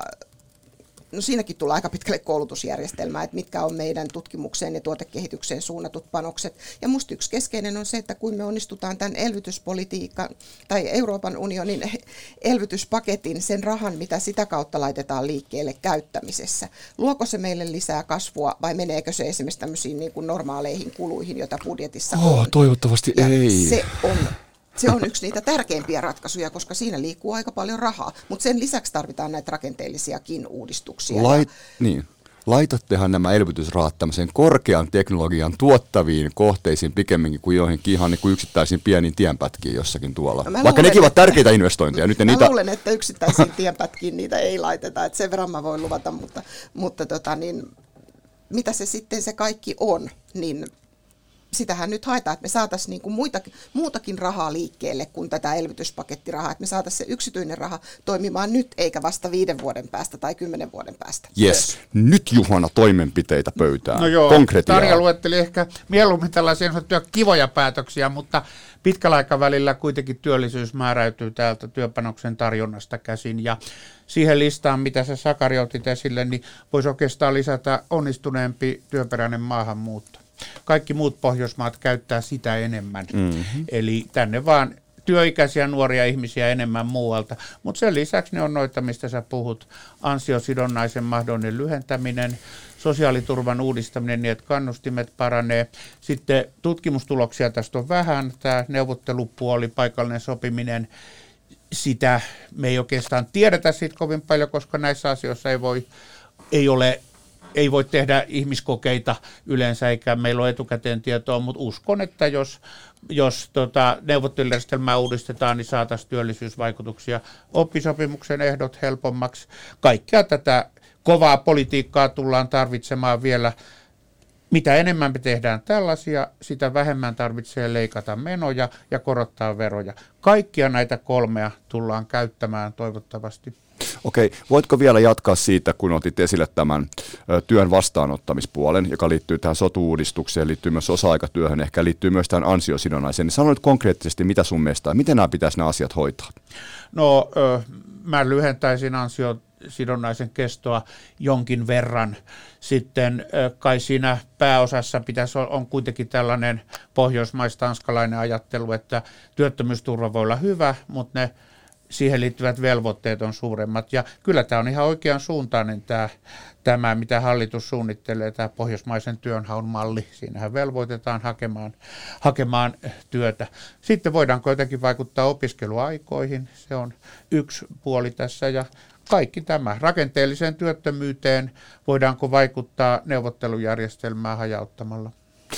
no siinäkin tulee aika pitkälle koulutusjärjestelmää, että mitkä on meidän tutkimukseen ja tuotekehitykseen suunnatut panokset. Ja musta yksi keskeinen on se, että kun me onnistutaan tämän elvytyspolitiikan tai Euroopan unionin elvytyspaketin, sen rahan, mitä sitä kautta laitetaan liikkeelle käyttämisessä. Luoko se meille lisää kasvua vai meneekö se esimerkiksi tämmöisiin niin kuin normaaleihin kuluihin, joita budjetissa oh, on? Toivottavasti ja ei. Se on Se on yksi niitä tärkeimpiä ratkaisuja, koska siinä liikkuu aika paljon rahaa, mutta sen lisäksi tarvitaan näitä rakenteellisiakin uudistuksia. Lait, niin. Laitattehan nämä elvytysrahat tämmöiseen korkean teknologian tuottaviin kohteisiin pikemminkin kuin johonkin ihan niin kuin yksittäisiin pieniin tienpätkiin jossakin tuolla. No Vaikka luulen, nekin ovat tärkeitä investointeja. Nyt mä niitä... luulen, että yksittäisiin tienpätkiin niitä ei laiteta, että sen verran mä voin luvata, mutta, mutta tota, niin, mitä se sitten se kaikki on, niin sitähän nyt haetaan, että me saataisiin niin kuin muitakin, muutakin rahaa liikkeelle kuin tätä elvytyspakettirahaa, että me saataisiin se yksityinen raha toimimaan nyt, eikä vasta viiden vuoden päästä tai kymmenen vuoden päästä. Yes. Nyt Juhana toimenpiteitä pöytään. No joo, konkretiaa. Tarja luetteli ehkä mieluummin tällaisia kivoja päätöksiä, mutta pitkällä aikavälillä kuitenkin työllisyys määräytyy täältä työpanoksen tarjonnasta käsin, ja siihen listaan, mitä sä Sakari otit esille, niin voisi oikeastaan lisätä onnistuneempi työperäinen maahanmuutto. Kaikki muut Pohjoismaat käyttää sitä enemmän. Mm-hmm. Eli tänne vaan työikäisiä nuoria ihmisiä enemmän muualta. Mutta sen lisäksi ne on noita, mistä sä puhut, ansiosidonnaisen mahdollinen lyhentäminen, sosiaaliturvan uudistaminen niin, että kannustimet paranee. Sitten tutkimustuloksia tästä on vähän, tämä neuvottelupuoli, paikallinen sopiminen, sitä me ei oikeastaan tiedetä siitä kovin paljon, koska näissä asioissa ei voi, ei ole, ei voi tehdä ihmiskokeita yleensä, eikä meillä ole etukäteen tietoa, mutta uskon, että jos, jos tota, neuvottelujärjestelmää uudistetaan, niin saataisiin työllisyysvaikutuksia, oppisopimuksen ehdot helpommaksi. Kaikkea tätä kovaa politiikkaa tullaan tarvitsemaan vielä. Mitä enemmän me tehdään tällaisia, sitä vähemmän tarvitsee leikata menoja ja korottaa veroja. Kaikkia näitä kolmea tullaan käyttämään toivottavasti. Okei, voitko vielä jatkaa siitä, kun otit esille tämän ö, työn vastaanottamispuolen, joka liittyy tähän sotu-uudistukseen, liittyy myös osa-aikatyöhön, ehkä liittyy myös tähän ansiosidonnaiseen. Niin sano nyt konkreettisesti, mitä sun mielestä, miten nämä pitäisi nämä asiat hoitaa? No, ö, mä lyhentäisin ansiosidonnaisen kestoa jonkin verran. Sitten ö, kai siinä pääosassa pitäisi on kuitenkin tällainen pohjoismais-tanskalainen ajattelu, että työttömyysturva voi olla hyvä, mutta ne siihen liittyvät velvoitteet on suuremmat. Ja kyllä tämä on ihan oikean suuntainen tämä, tämä, mitä hallitus suunnittelee, tämä pohjoismaisen työnhaun malli. Siinähän velvoitetaan hakemaan, hakemaan työtä. Sitten voidaanko jotenkin vaikuttaa opiskeluaikoihin, se on yksi puoli tässä. Ja kaikki tämä. Rakenteelliseen työttömyyteen voidaanko vaikuttaa neuvottelujärjestelmää hajauttamalla.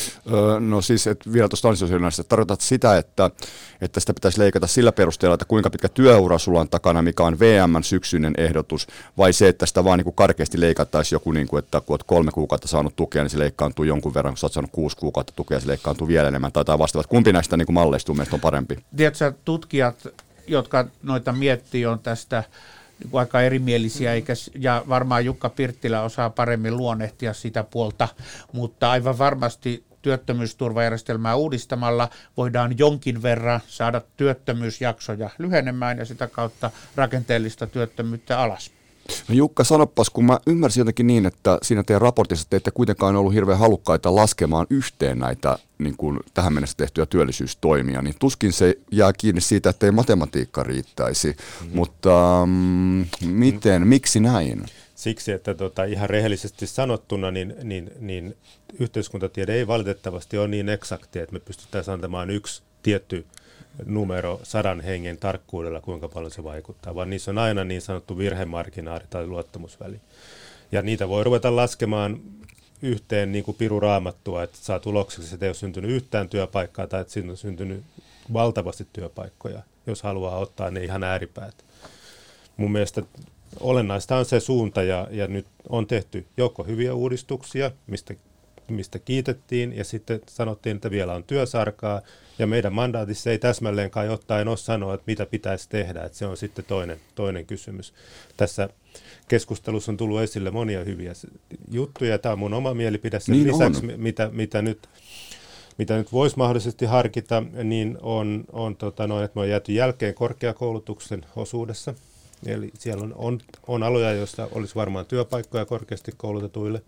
No siis, että vielä tuosta ansiosidonnaisesta, tarkoitat sitä, että, että sitä pitäisi leikata sillä perusteella, että kuinka pitkä työura sulla on takana, mikä on V M:n syksyinen ehdotus, vai se, että sitä vaan niin kuin karkeasti leikattaisiin joku, niin kuin, että kun olet kolme kuukautta saanut tukea, niin se leikkaantuu jonkun verran, kun sä oot saanut kuusi kuukautta tukea, se leikkaantuu vielä enemmän, tai jotain vastaavat. Kumpi näistä niin kuin malleista mielestä on parempi? Tiedätkö, tutkijat, jotka noita miettii, on tästä aika erimielisiä, eikä, ja varmaan Jukka Pirttilä osaa paremmin luonnehtia sitä puolta, mutta aivan varmasti työttömyysturvajärjestelmää uudistamalla voidaan jonkin verran saada työttömyysjaksoja lyhenemään ja sitä kautta rakenteellista työttömyyttä alas. No Jukka, sanopas, kun mä ymmärsin jotenkin niin, että siinä teidän raportissa te ette kuitenkaan ollut hirveän halukkaita laskemaan yhteen näitä niin kuin tähän mennessä tehtyjä työllisyystoimia, niin tuskin se jää kiinni siitä, että ei matematiikka riittäisi. Mm-hmm. Mutta um, miten, miksi näin? Siksi, että tota, ihan rehellisesti sanottuna, niin, niin, niin yhteiskuntatiede ei valitettavasti ole niin eksakti, että me pystytään antamaan yksi tietty numero sadan hengen tarkkuudella, kuinka paljon se vaikuttaa, vaan niissä on aina niin sanottu virhemarginaali tai luottamusväli. Ja niitä voi ruveta laskemaan yhteen niin kuin piru raamattua, että saa tulokseksi, että ei ole syntynyt yhtään työpaikkaa tai että siinä on syntynyt valtavasti työpaikkoja, jos haluaa ottaa ne ihan ääripäät. Mun mielestä olennaista on se suunta, ja, ja nyt on tehty joukko hyviä uudistuksia, mistä, mistä kiitettiin, ja sitten sanottiin, että vielä on työsarkaa, ja meidän mandaatissa ei täsmälleen kai ottaen ole sanoa, että mitä pitäisi tehdä, että se on sitten toinen, toinen kysymys. Tässä keskustelussa on tullut esille monia hyviä juttuja, tämä on mun oma mielipide, sen niin lisäksi, mitä, mitä nyt mitä nyt voisi mahdollisesti harkita, niin on, on tota noin, että me on jääty jälkeen korkeakoulutuksen osuudessa. Eli siellä on, on, on aloja, joissa olisi varmaan työpaikkoja korkeasti koulutetuille.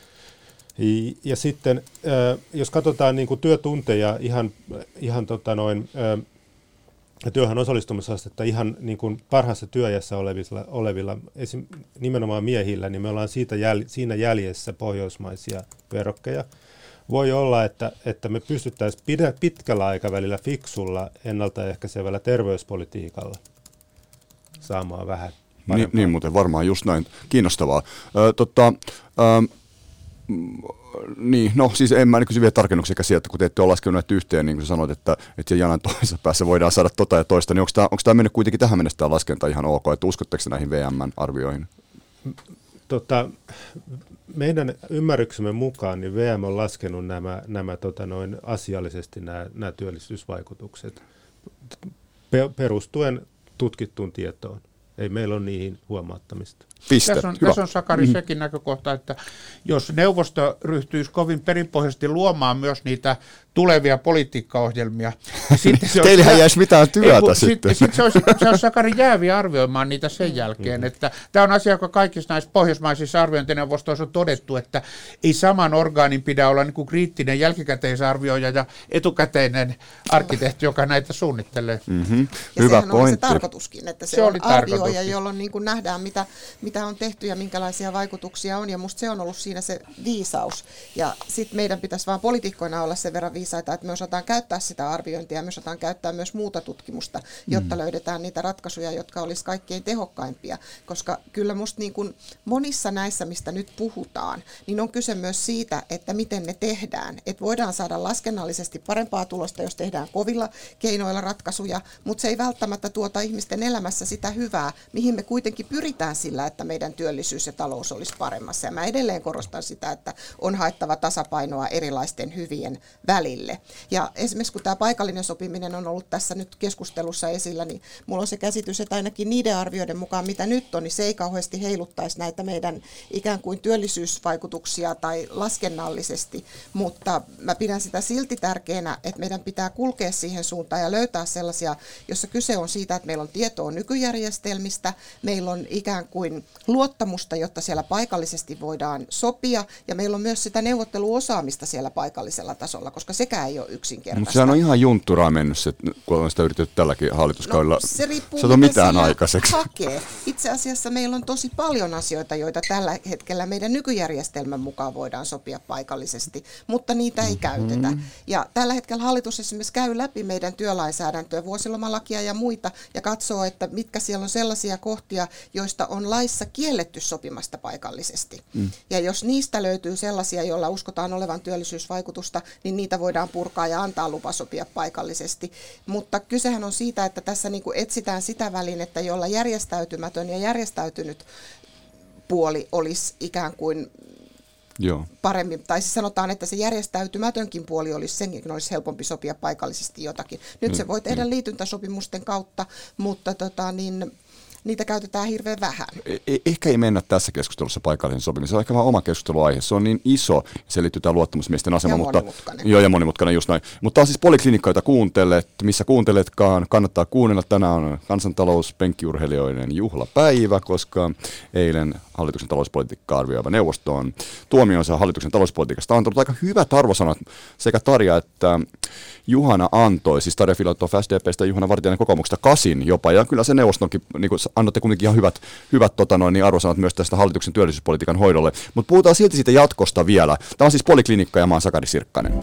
Ja sitten, jos katsotaan niin kuin työtunteja, ihan, ihan tota noin, työhön osallistumisastetta ihan niin kuin parhaassa työiässä olevilla, olevilla esim, nimenomaan miehillä, niin me ollaan siitä jäl, siinä jäljessä pohjoismaisia verrokkeja. Voi olla, että, että me pystyttäisiin pitkällä aikavälillä fiksulla ennaltaehkäisevällä terveyspolitiikalla saamaan vähän parempaa. Niin, niin muuten varmaan just näin. Kiinnostavaa. Ö, tota, ö, niin, no siis en mä kysy vielä tarkennuksia sieltä, kun te ette ole laskenut näitä yhteen, niin kuin sä sanoit, että, että janan toisessa päässä voidaan saada tota ja toista, niin onko tämä mennyt kuitenkin tähän mennessä tämä laskenta ihan ok, että uskotteko näihin V M-arvioihin? Tota, meidän ymmärryksemme mukaan niin V M on laskenut nämä, nämä tota noin asiallisesti nämä, nämä työllisyysvaikutukset perustuen tutkittuun tietoon. Ei meillä ole niihin huomauttamista. Piste. Tässä on, tässä on Sakari mm-hmm. sekin näkökohta, että jos neuvosto ryhtyisi kovin perinpohjaisesti luomaan myös niitä tulevia politiikkaohjelmia. Teillähän ei jäisi mitään työtä ei, sitten. Sitten sit se olisi, se olisi Sakari jääviä arvioimaan niitä sen jälkeen. Mm-hmm. Että tämä on asia, joka kaikissa näissä pohjoismaisissa arviointineuvostoissa on todettu, että ei saman orgaanin pidä olla niin kuin kriittinen jälkikäteisarvioija ja etukäteinen arkkitehti, joka näitä suunnittelee. Mm-hmm. Ja hyvä sehän pointti. oli se tarkoituskin, että se, se on arvioija, tarkoitus. jolloin niin kuin nähdään, mitä, mitä on tehty ja minkälaisia vaikutuksia on. Ja musta se on ollut siinä se viisaus. Ja sitten meidän pitäisi vaan poliitikkoina olla sen verran viisaita, että me osataan käyttää sitä arviointia ja me osataan käyttää myös muuta tutkimusta, jotta mm. löydetään niitä ratkaisuja, jotka olisi kaikkein tehokkaimpia. Koska kyllä musta niin kuin monissa näissä, mistä nyt puhutaan, niin on kyse myös siitä, että miten ne tehdään. Että voidaan saada laskennallisesti parempaa tulosta, jos tehdään kovilla keinoilla ratkaisuja, mutta se ei välttämättä tuota ihmisten elämässä sitä hyvää, mihin me kuitenkin pyritään sillä, että meidän työllisyys ja talous olisi paremmassa. Ja mä edelleen korostan sitä, että on haettava tasapainoa erilaisten hyvien välille. Ja esimerkiksi kun tämä paikallinen sopiminen on ollut tässä nyt keskustelussa esillä, niin mulla on se käsitys, että ainakin niiden arvioiden mukaan, mitä nyt on, niin se ei kauheasti heiluttaisi näitä meidän ikään kuin työllisyysvaikutuksia tai laskennallisesti, mutta mä pidän sitä silti tärkeänä, että meidän pitää kulkea siihen suuntaan ja löytää sellaisia, jossa kyse on siitä, että meillä on tietoa nykyjärjestelmistä, meillä on ikään kuin luottamusta, jotta siellä paikallisesti voidaan sopia, ja meillä on myös sitä neuvotteluosaamista siellä paikallisella tasolla, koska sekään ei ole yksinkertaista. Mutta sehän on ihan juntturaa mennyt, se, kun on sitä yritetty tälläkin hallituskaudella. No, se riippuu, se on mitään aikaiseksi. Hakee. Itse asiassa meillä on tosi paljon asioita, joita tällä hetkellä meidän nykyjärjestelmän mukaan voidaan sopia paikallisesti, mutta niitä ei käytetä. Ja tällä hetkellä hallitus esimerkiksi käy läpi meidän työlainsäädäntöä, vuosilomalakia ja muita, ja katsoo, että mitkä siellä on sellaisia kohtia, joista on laissa kielletty sopimasta paikallisesti. Mm. Ja jos niistä löytyy sellaisia, joilla uskotaan olevan työllisyysvaikutusta, niin niitä voidaan purkaa ja antaa lupa sopia paikallisesti. Mutta kysehän on siitä, että tässä niin kuin etsitään sitä välinettä, jolla järjestäytymätön ja järjestäytynyt puoli olisi ikään kuin Joo. paremmin, tai siis sanotaan, että se järjestäytymätönkin puoli olisi senkin, olisi helpompi sopia paikallisesti jotakin. Nyt mm. se voi tehdä liityntäsopimusten kautta, mutta tota, niin, niitä käytetään hirveän vähän. Eh- ehkä ei mennä tässä keskustelussa paikallisen sopimiseen. Se on ehkä vaan oma keskusteluaihe. Se on niin iso, se liittyy tähän luottamusmiesten asemaan. Ja mutta, monimutkainen. Joo, ja monimutkainen, just näin. Mutta tämä on siis Poliklinikka, jota kuuntelet, missä kuunteletkaan. Kannattaa kuunnella. Tänään on kansantalouspenkkiurheilijoiden juhlapäivä, koska eilen hallituksen talouspolitiikkaa arvioiva neuvosto on tuomionsa hallituksen talouspolitiikasta antanut aika hyvät arvosanat sekä Tarja että Juhana antoi, siis Tarja Filatov S D P:stä ja Juhana Vartiainen kokoomuksesta kasin jopa, ja kyllä se neuvostonkin, niin kuin annatte kuitenkin ihan hyvät, hyvät tota noin, niin arvosanat myös tästä hallituksen työllisyyspolitiikan hoidolle, mutta puhutaan silti siitä jatkosta vielä. Tämä on siis Poliklinikka ja mä oon Sakari Sirkkanen.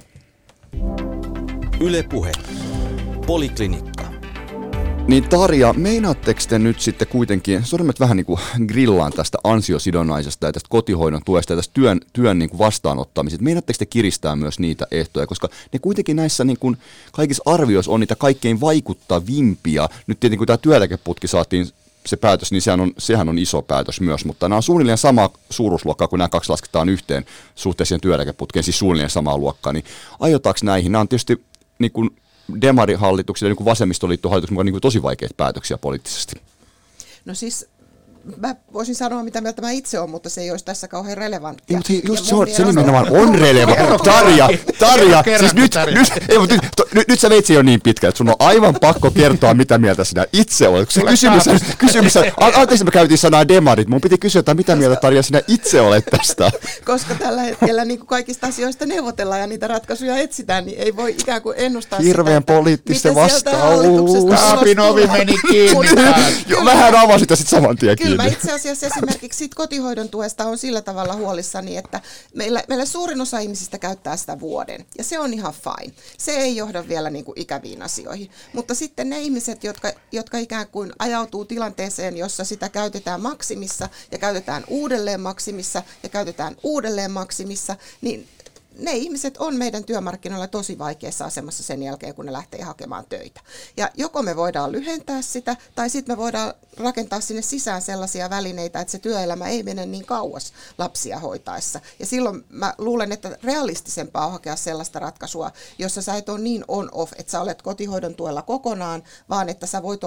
Yle Puhe. Poliklinikka. Niin Tarja, meinaatteko te nyt sitten kuitenkin, sormet vähän niin kuin grillaan tästä ansiosidonnaisesta ja tästä kotihoidon tuesta ja tästä työn, työn niin kuin vastaanottamisesta, meinaatteko te kiristää myös niitä ehtoja, koska ne kuitenkin näissä niin kuin kaikissa arvioissa on niitä kaikkein vaikuttavimpia. Nyt tietenkin kun tämä työeläkeputki saatiin se päätös, niin sehän on, sehän on iso päätös myös, mutta nämä on suunnilleen sama suuruusluokkaa, kun nämä kaksi lasketaan yhteen suhteeseen työeläkeputkeen, siis suunnilleen samaa luokkaa, niin aiotaanko näihin? Nämä on tietysti niin kuin demarihallituksille, niin kuin vasemmistoliittohallituksen mukaan niin kuin tosi vaikeita päätöksiä poliittisesti. No siis mä voisin sanoa, mitä mieltä mä itse olen, mutta se ei olisi tässä kauhean relevanttia. Ei, mutta hei, just se, on, mielestä se nimenomaan on relevantti. Tarja, Tarja, siis nyt, nyt, ei, mutta nyt, to, nyt, nyt sä veit se jo niin pitkä, että sun on aivan pakko kertoa, mitä mieltä sinä itse olet. Se kysymys, kysymys, anteeksi me käytiin sanaa demarit, mun piti kysyä, että mitä mieltä Tarja sinä itse olet tästä. Koska tällä hetkellä niin kuin kaikista asioista neuvotellaan ja niitä ratkaisuja etsitään, niin ei voi ikään kuin ennustaa hirveän sitä, poliittista vastaus. Kaapin ovi meni kiinni. Jo, vähän avasit sitä sitten saman tien kiinni. Kyllä mä itse asiassa esimerkiksi siitä kotihoidon tuesta on sillä tavalla huolissani, että meillä, meillä suurin osa ihmisistä käyttää sitä vuoden, ja se on ihan fine. Se ei johda vielä niin kuin ikäviin asioihin. Mutta sitten ne ihmiset, jotka, jotka ikään kuin ajautuu tilanteeseen, jossa sitä käytetään maksimissa, ja käytetään uudelleen maksimissa, ja käytetään uudelleen maksimissa, niin ne ihmiset on meidän työmarkkinoilla tosi vaikeassa asemassa sen jälkeen, kun ne lähtee hakemaan töitä. Ja joko me voidaan lyhentää sitä, tai sitten me voidaan rakentaa sinne sisään sellaisia välineitä, että se työelämä ei mene niin kauas lapsia hoitaessa. Ja silloin mä luulen, että realistisempaa on hakea sellaista ratkaisua, jossa sä et ole niin on-off, että sä olet kotihoidon tuella kokonaan, vaan että sä voit olla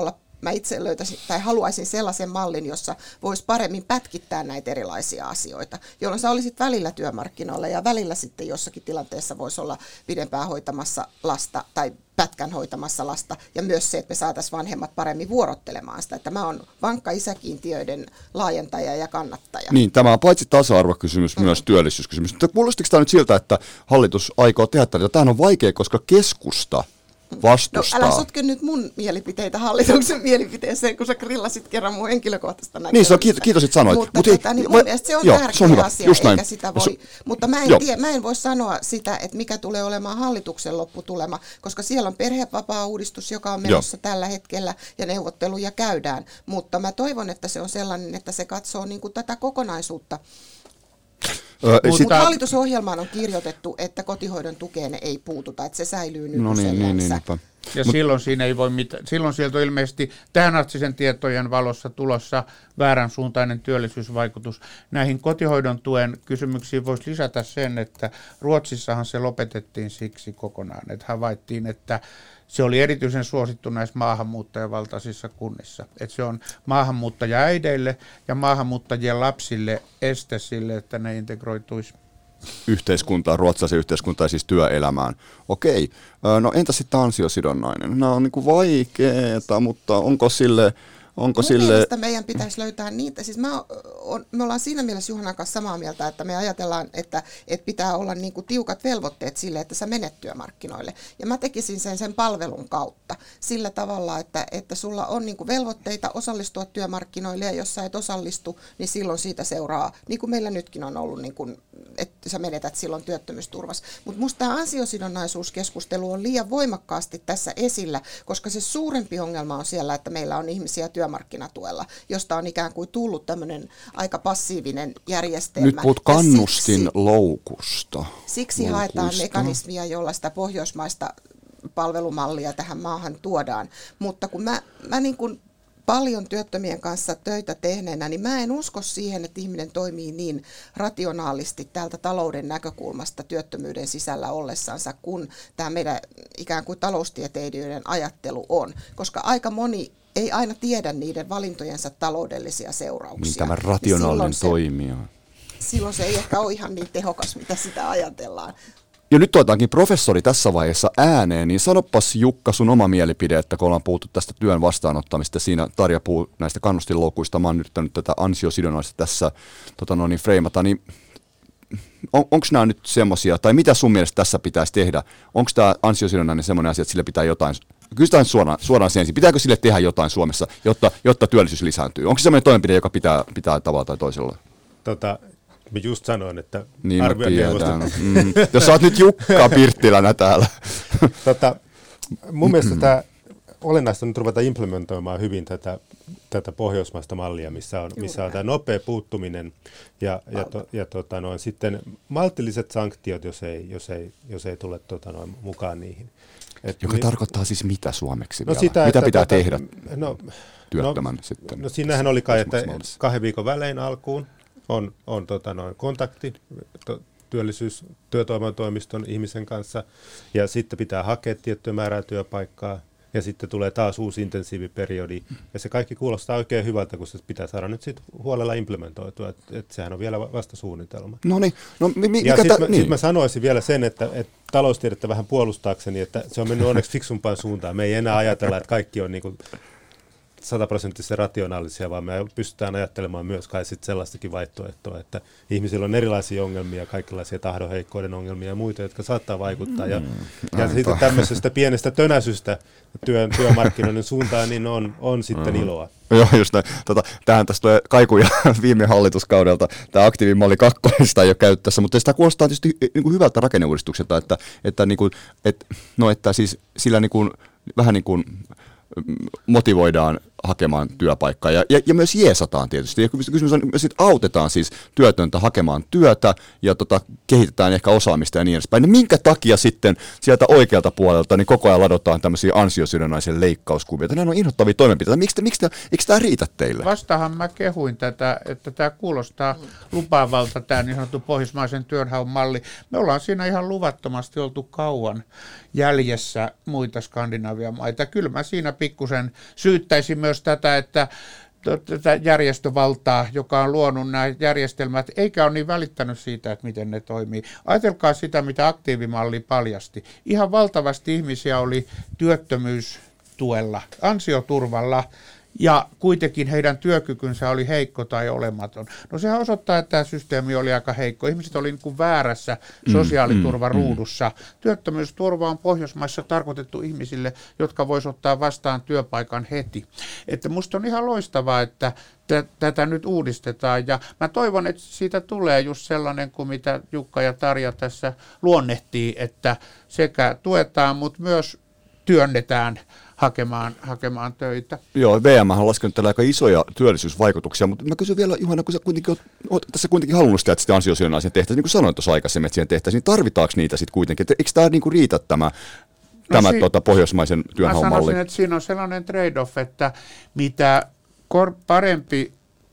mä itse löytäisin tai haluaisin sellaisen mallin, jossa voisi paremmin pätkittää näitä erilaisia asioita, jolloin sä olisit välillä työmarkkinoilla ja välillä sitten jossakin tilanteessa voisi olla pidempään hoitamassa lasta tai pätkän hoitamassa lasta, ja myös se, että me saataisiin vanhemmat paremmin vuorottelemaan sitä, että mä oon vankka isäkiintiöiden laajentaja ja kannattaja. Niin, tämä on paitsi tasa-arvokysymys, mm. myös työllisyyskysymys. Mutta kuulostiko tämä nyt siltä, että hallitus aikoo tehdä tätä? Tämä on vaikea, koska keskusta vastustaa. No älä sotke nyt mun mielipiteitä hallituksen mielipiteeseen, kun sä grillasit kerran mun henkilökohtaista näkemystä. Niin, se on, kiitos, kiitos että sanoit. Mutta Mut tota, niin mun mielestä se on joo, tärkeä se on asia, eikä näin. Sitä voi. Se, mutta mä en, tie, mä en voi sanoa sitä, että mikä tulee olemaan hallituksen lopputulema, koska siellä on perhevapaa-uudistus, joka on menossa joo. tällä hetkellä, ja neuvotteluja käydään. Mutta mä toivon, että se on sellainen, että se katsoo niin kuin tätä kokonaisuutta. Mutta Mut hallitusohjelmaan on kirjoitettu, että kotihoidon tukeen ei puututa, että se säilyy nykyisellänsä. No niin, niin, niin, ja Mut, silloin siinä ei voi mitään. Silloin sieltä on ilmeisesti tähänastisen tietojen valossa tulossa väärän suuntainen työllisyysvaikutus. Näihin kotihoidon tuen kysymyksiin voisi lisätä sen, että Ruotsissahan se lopetettiin siksi kokonaan, että havaittiin, että se oli erityisen suosittu näissä maahanmuuttajavaltaisissa kunnissa. Että se on maahanmuuttajaäideille ja maahanmuuttajien lapsille este sille, että ne integroituisi yhteiskuntaan, ruotsalaisen yhteiskuntaan, siis työelämään. Okei, no entä sitten ansiosidonnainen? Nämä on niin kuin vaikeeta, mutta onko sille... Onko Mun sille... mielestä meidän pitäisi löytää niitä, siis mä on, me ollaan siinä mielessä Juhanan kanssa samaa mieltä, että me ajatellaan, että, että pitää olla niin kuin tiukat velvoitteet sille, että sä menet työmarkkinoille. Ja mä tekisin sen sen palvelun kautta sillä tavalla, että, että sulla on niin kuin velvoitteita osallistua työmarkkinoille, ja jos sä et osallistu, niin silloin siitä seuraa, niin kuin meillä nytkin on ollut, niin kuin, että sä menetät silloin työttömyysturvassa. Mutta musta tämä ansiosidonnaisuuskeskustelu on liian voimakkaasti tässä esillä, koska se suurempi ongelma on siellä, että meillä on ihmisiä työ markkinatuella, josta on ikään kuin tullut tämmöinen aika passiivinen järjestelmä. Nyt puhut kannustin loukusta. Siksi Loukuista. haetaan mekanismia, jolla sitä pohjoismaista palvelumallia tähän maahan tuodaan. Mutta kun mä, mä niin kuin paljon työttömien kanssa töitä tehneenä, niin mä en usko siihen, että ihminen toimii niin rationaalisti täältä talouden näkökulmasta työttömyyden sisällä ollessansa, kun tämä meidän ikään kuin taloustieteilijöiden ajattelu on. Koska aika moni ei aina tiedä niiden valintojensa taloudellisia seurauksia. Niin tämä rationaalinen toimija. Silloin se ei ehkä ole ihan niin tehokas, mitä sitä ajatellaan. Ja nyt toitaankin professori tässä vaiheessa ääneen, niin sanopas Jukka sun oma mielipide, että kun ollaan puhuttu tästä työn vastaanottamista, siinä Tarja puhuu näistä kannustinloukuista, mä oon yrittänyt tätä ansiosidonnaista tässä tota no niin, freimata, niin on, onko nämä nyt semmoisia, tai mitä sun mielestä tässä pitäisi tehdä? Onko tämä ansiosidonnainen semmoinen asia, että sille pitää jotain, kysytään suoraan, suoraan sen ensin, pitääkö sille tehdä jotain Suomessa, jotta, jotta työllisyys lisääntyy? Onko se semmoinen toimenpide, joka pitää, pitää tavalla tai toisella? Tota, mä just sanoin, että niin arviointineuvosto... Mm. Jos sä oot nyt Jukka Pirttilänä täällä. Tota, mun mielestä tämä olennaista on nyt ruveta implementoimaan hyvin tätä, tätä pohjoismaista mallia, missä on, missä on tämä nopea puuttuminen ja, ja, to, ja tota noin, sitten maltilliset sanktiot, jos ei, jos ei, jos ei tule tota noin, mukaan niihin. Et Joka niin, tarkoittaa siis mitä suomeksi no vielä? Sitä, mitä että, pitää tota, tehdä no, työttömän no, sitten? No siinähän oli kai, että kahden viikon välein alkuun on, on tota noin, kontakti to, työllisyys, työtoimatoimiston ihmisen kanssa, ja sitten pitää hakea tiettyä määrää työpaikkaa, ja sitten tulee taas uusi intensiiviperiodi, ja se kaikki kuulostaa oikein hyvältä, kun se pitää saada nyt sitten huolella implementoitua, että et sehän on vielä vasta suunnitelma. No niin, no mi- mikä ja sitten mä, niin. sit mä sanoisin sanoisin vielä sen, että, että taloustiedettä vähän puolustaakseni, että se on mennyt onneksi fiksumpaan suuntaan. Me ei enää ajatella, että kaikki on niin kuin sataprosenttisesti rationaalisia, vaan me pystytään ajattelemaan myös kai sit sellaistakin vaihtoehtoa, että ihmisillä on erilaisia ongelmia, kaikenlaisia tahdonheikkouden ongelmia ja muita, jotka saattaa vaikuttaa. Ja, mm, ja sitten tämmöisestä pienestä tönäsystä työn, työmarkkinoiden suuntaan, niin on, on sitten mm. iloa. Joo, just näin. Tota, tämähän tästä tulee kaikuja viime hallituskaudelta. Tämä aktiivimalli kakkonen sitä ei ole käytössä, mutta sitä kuulostaa tietysti niin kuin hyvältä rakenneuudistukselta, että, että, niin kuin, että, no, että siis sillä niin kuin, vähän niin kuin motivoidaan hakemaan työpaikkaa ja, ja, ja myös jeesataan tietysti. Ja kysymys on myös, että autetaan siis työtöntä hakemaan työtä ja tota, kehitetään ehkä osaamista ja niin edespäin. Niin minkä takia sitten sieltä oikealta puolelta niin koko ajan ladotaan tämmöisiä ansiosidonnaisen leikkauskuvia? Nämä on inhottavia toimenpiteitä. Miksi, miksi, eikö tämä riitä teille? Vastahan mä kehuin tätä, että tämä kuulostaa lupaavalta, tämä niin sanottu pohjoismaisen työnhaun malli. Me ollaan siinä ihan luvattomasti oltu kauan jäljessä muita Skandinavian maita. Kyllä mä siinä pikkusen syyttäisin myös tätä, että tätä järjestövaltaa, joka on luonut nämä järjestelmät, eikä ole niin välittänyt siitä, että miten ne toimii. Ajatelkaa sitä, mitä aktiivimalli paljasti. Ihan valtavasti ihmisiä oli työttömyystuella, ansioturvalla, ja kuitenkin heidän työkykynsä oli heikko tai olematon. No sehän osoittaa, että tämä systeemi oli aika heikko. Ihmiset oli niin kuin väärässä sosiaaliturvaruudussa. Mm, mm. Työttömyysturva on Pohjoismaissa tarkoitettu ihmisille, jotka vois ottaa vastaan työpaikan heti. Että musta on ihan loistavaa, että t- tätä nyt uudistetaan. Ja mä toivon, että siitä tulee just sellainen kuin mitä Jukka ja Tarja tässä luonnehtii, että sekä tuetaan, mutta myös työnnetään hakemaan, hakemaan töitä. Joo, V M on laskenut tällä aika isoja työllisyysvaikutuksia, mutta mä kysyn vielä, Juhana, kun sä kuitenkin oot, oot tässä kuitenkin halunnut sitä, että sitä ansiosidonnaisen tehtäisiin, niin kuin sanoin tuossa aikaisemmin, että siihen tehtäisiin, niin tarvitaanko niitä sitten kuitenkin? Että eikö tämä niinku riitä tämä, no tämä si- tota, pohjoismaisen työnhaun malli? Mä sanoisin, että siinä on sellainen trade-off, että mitä kor- parempi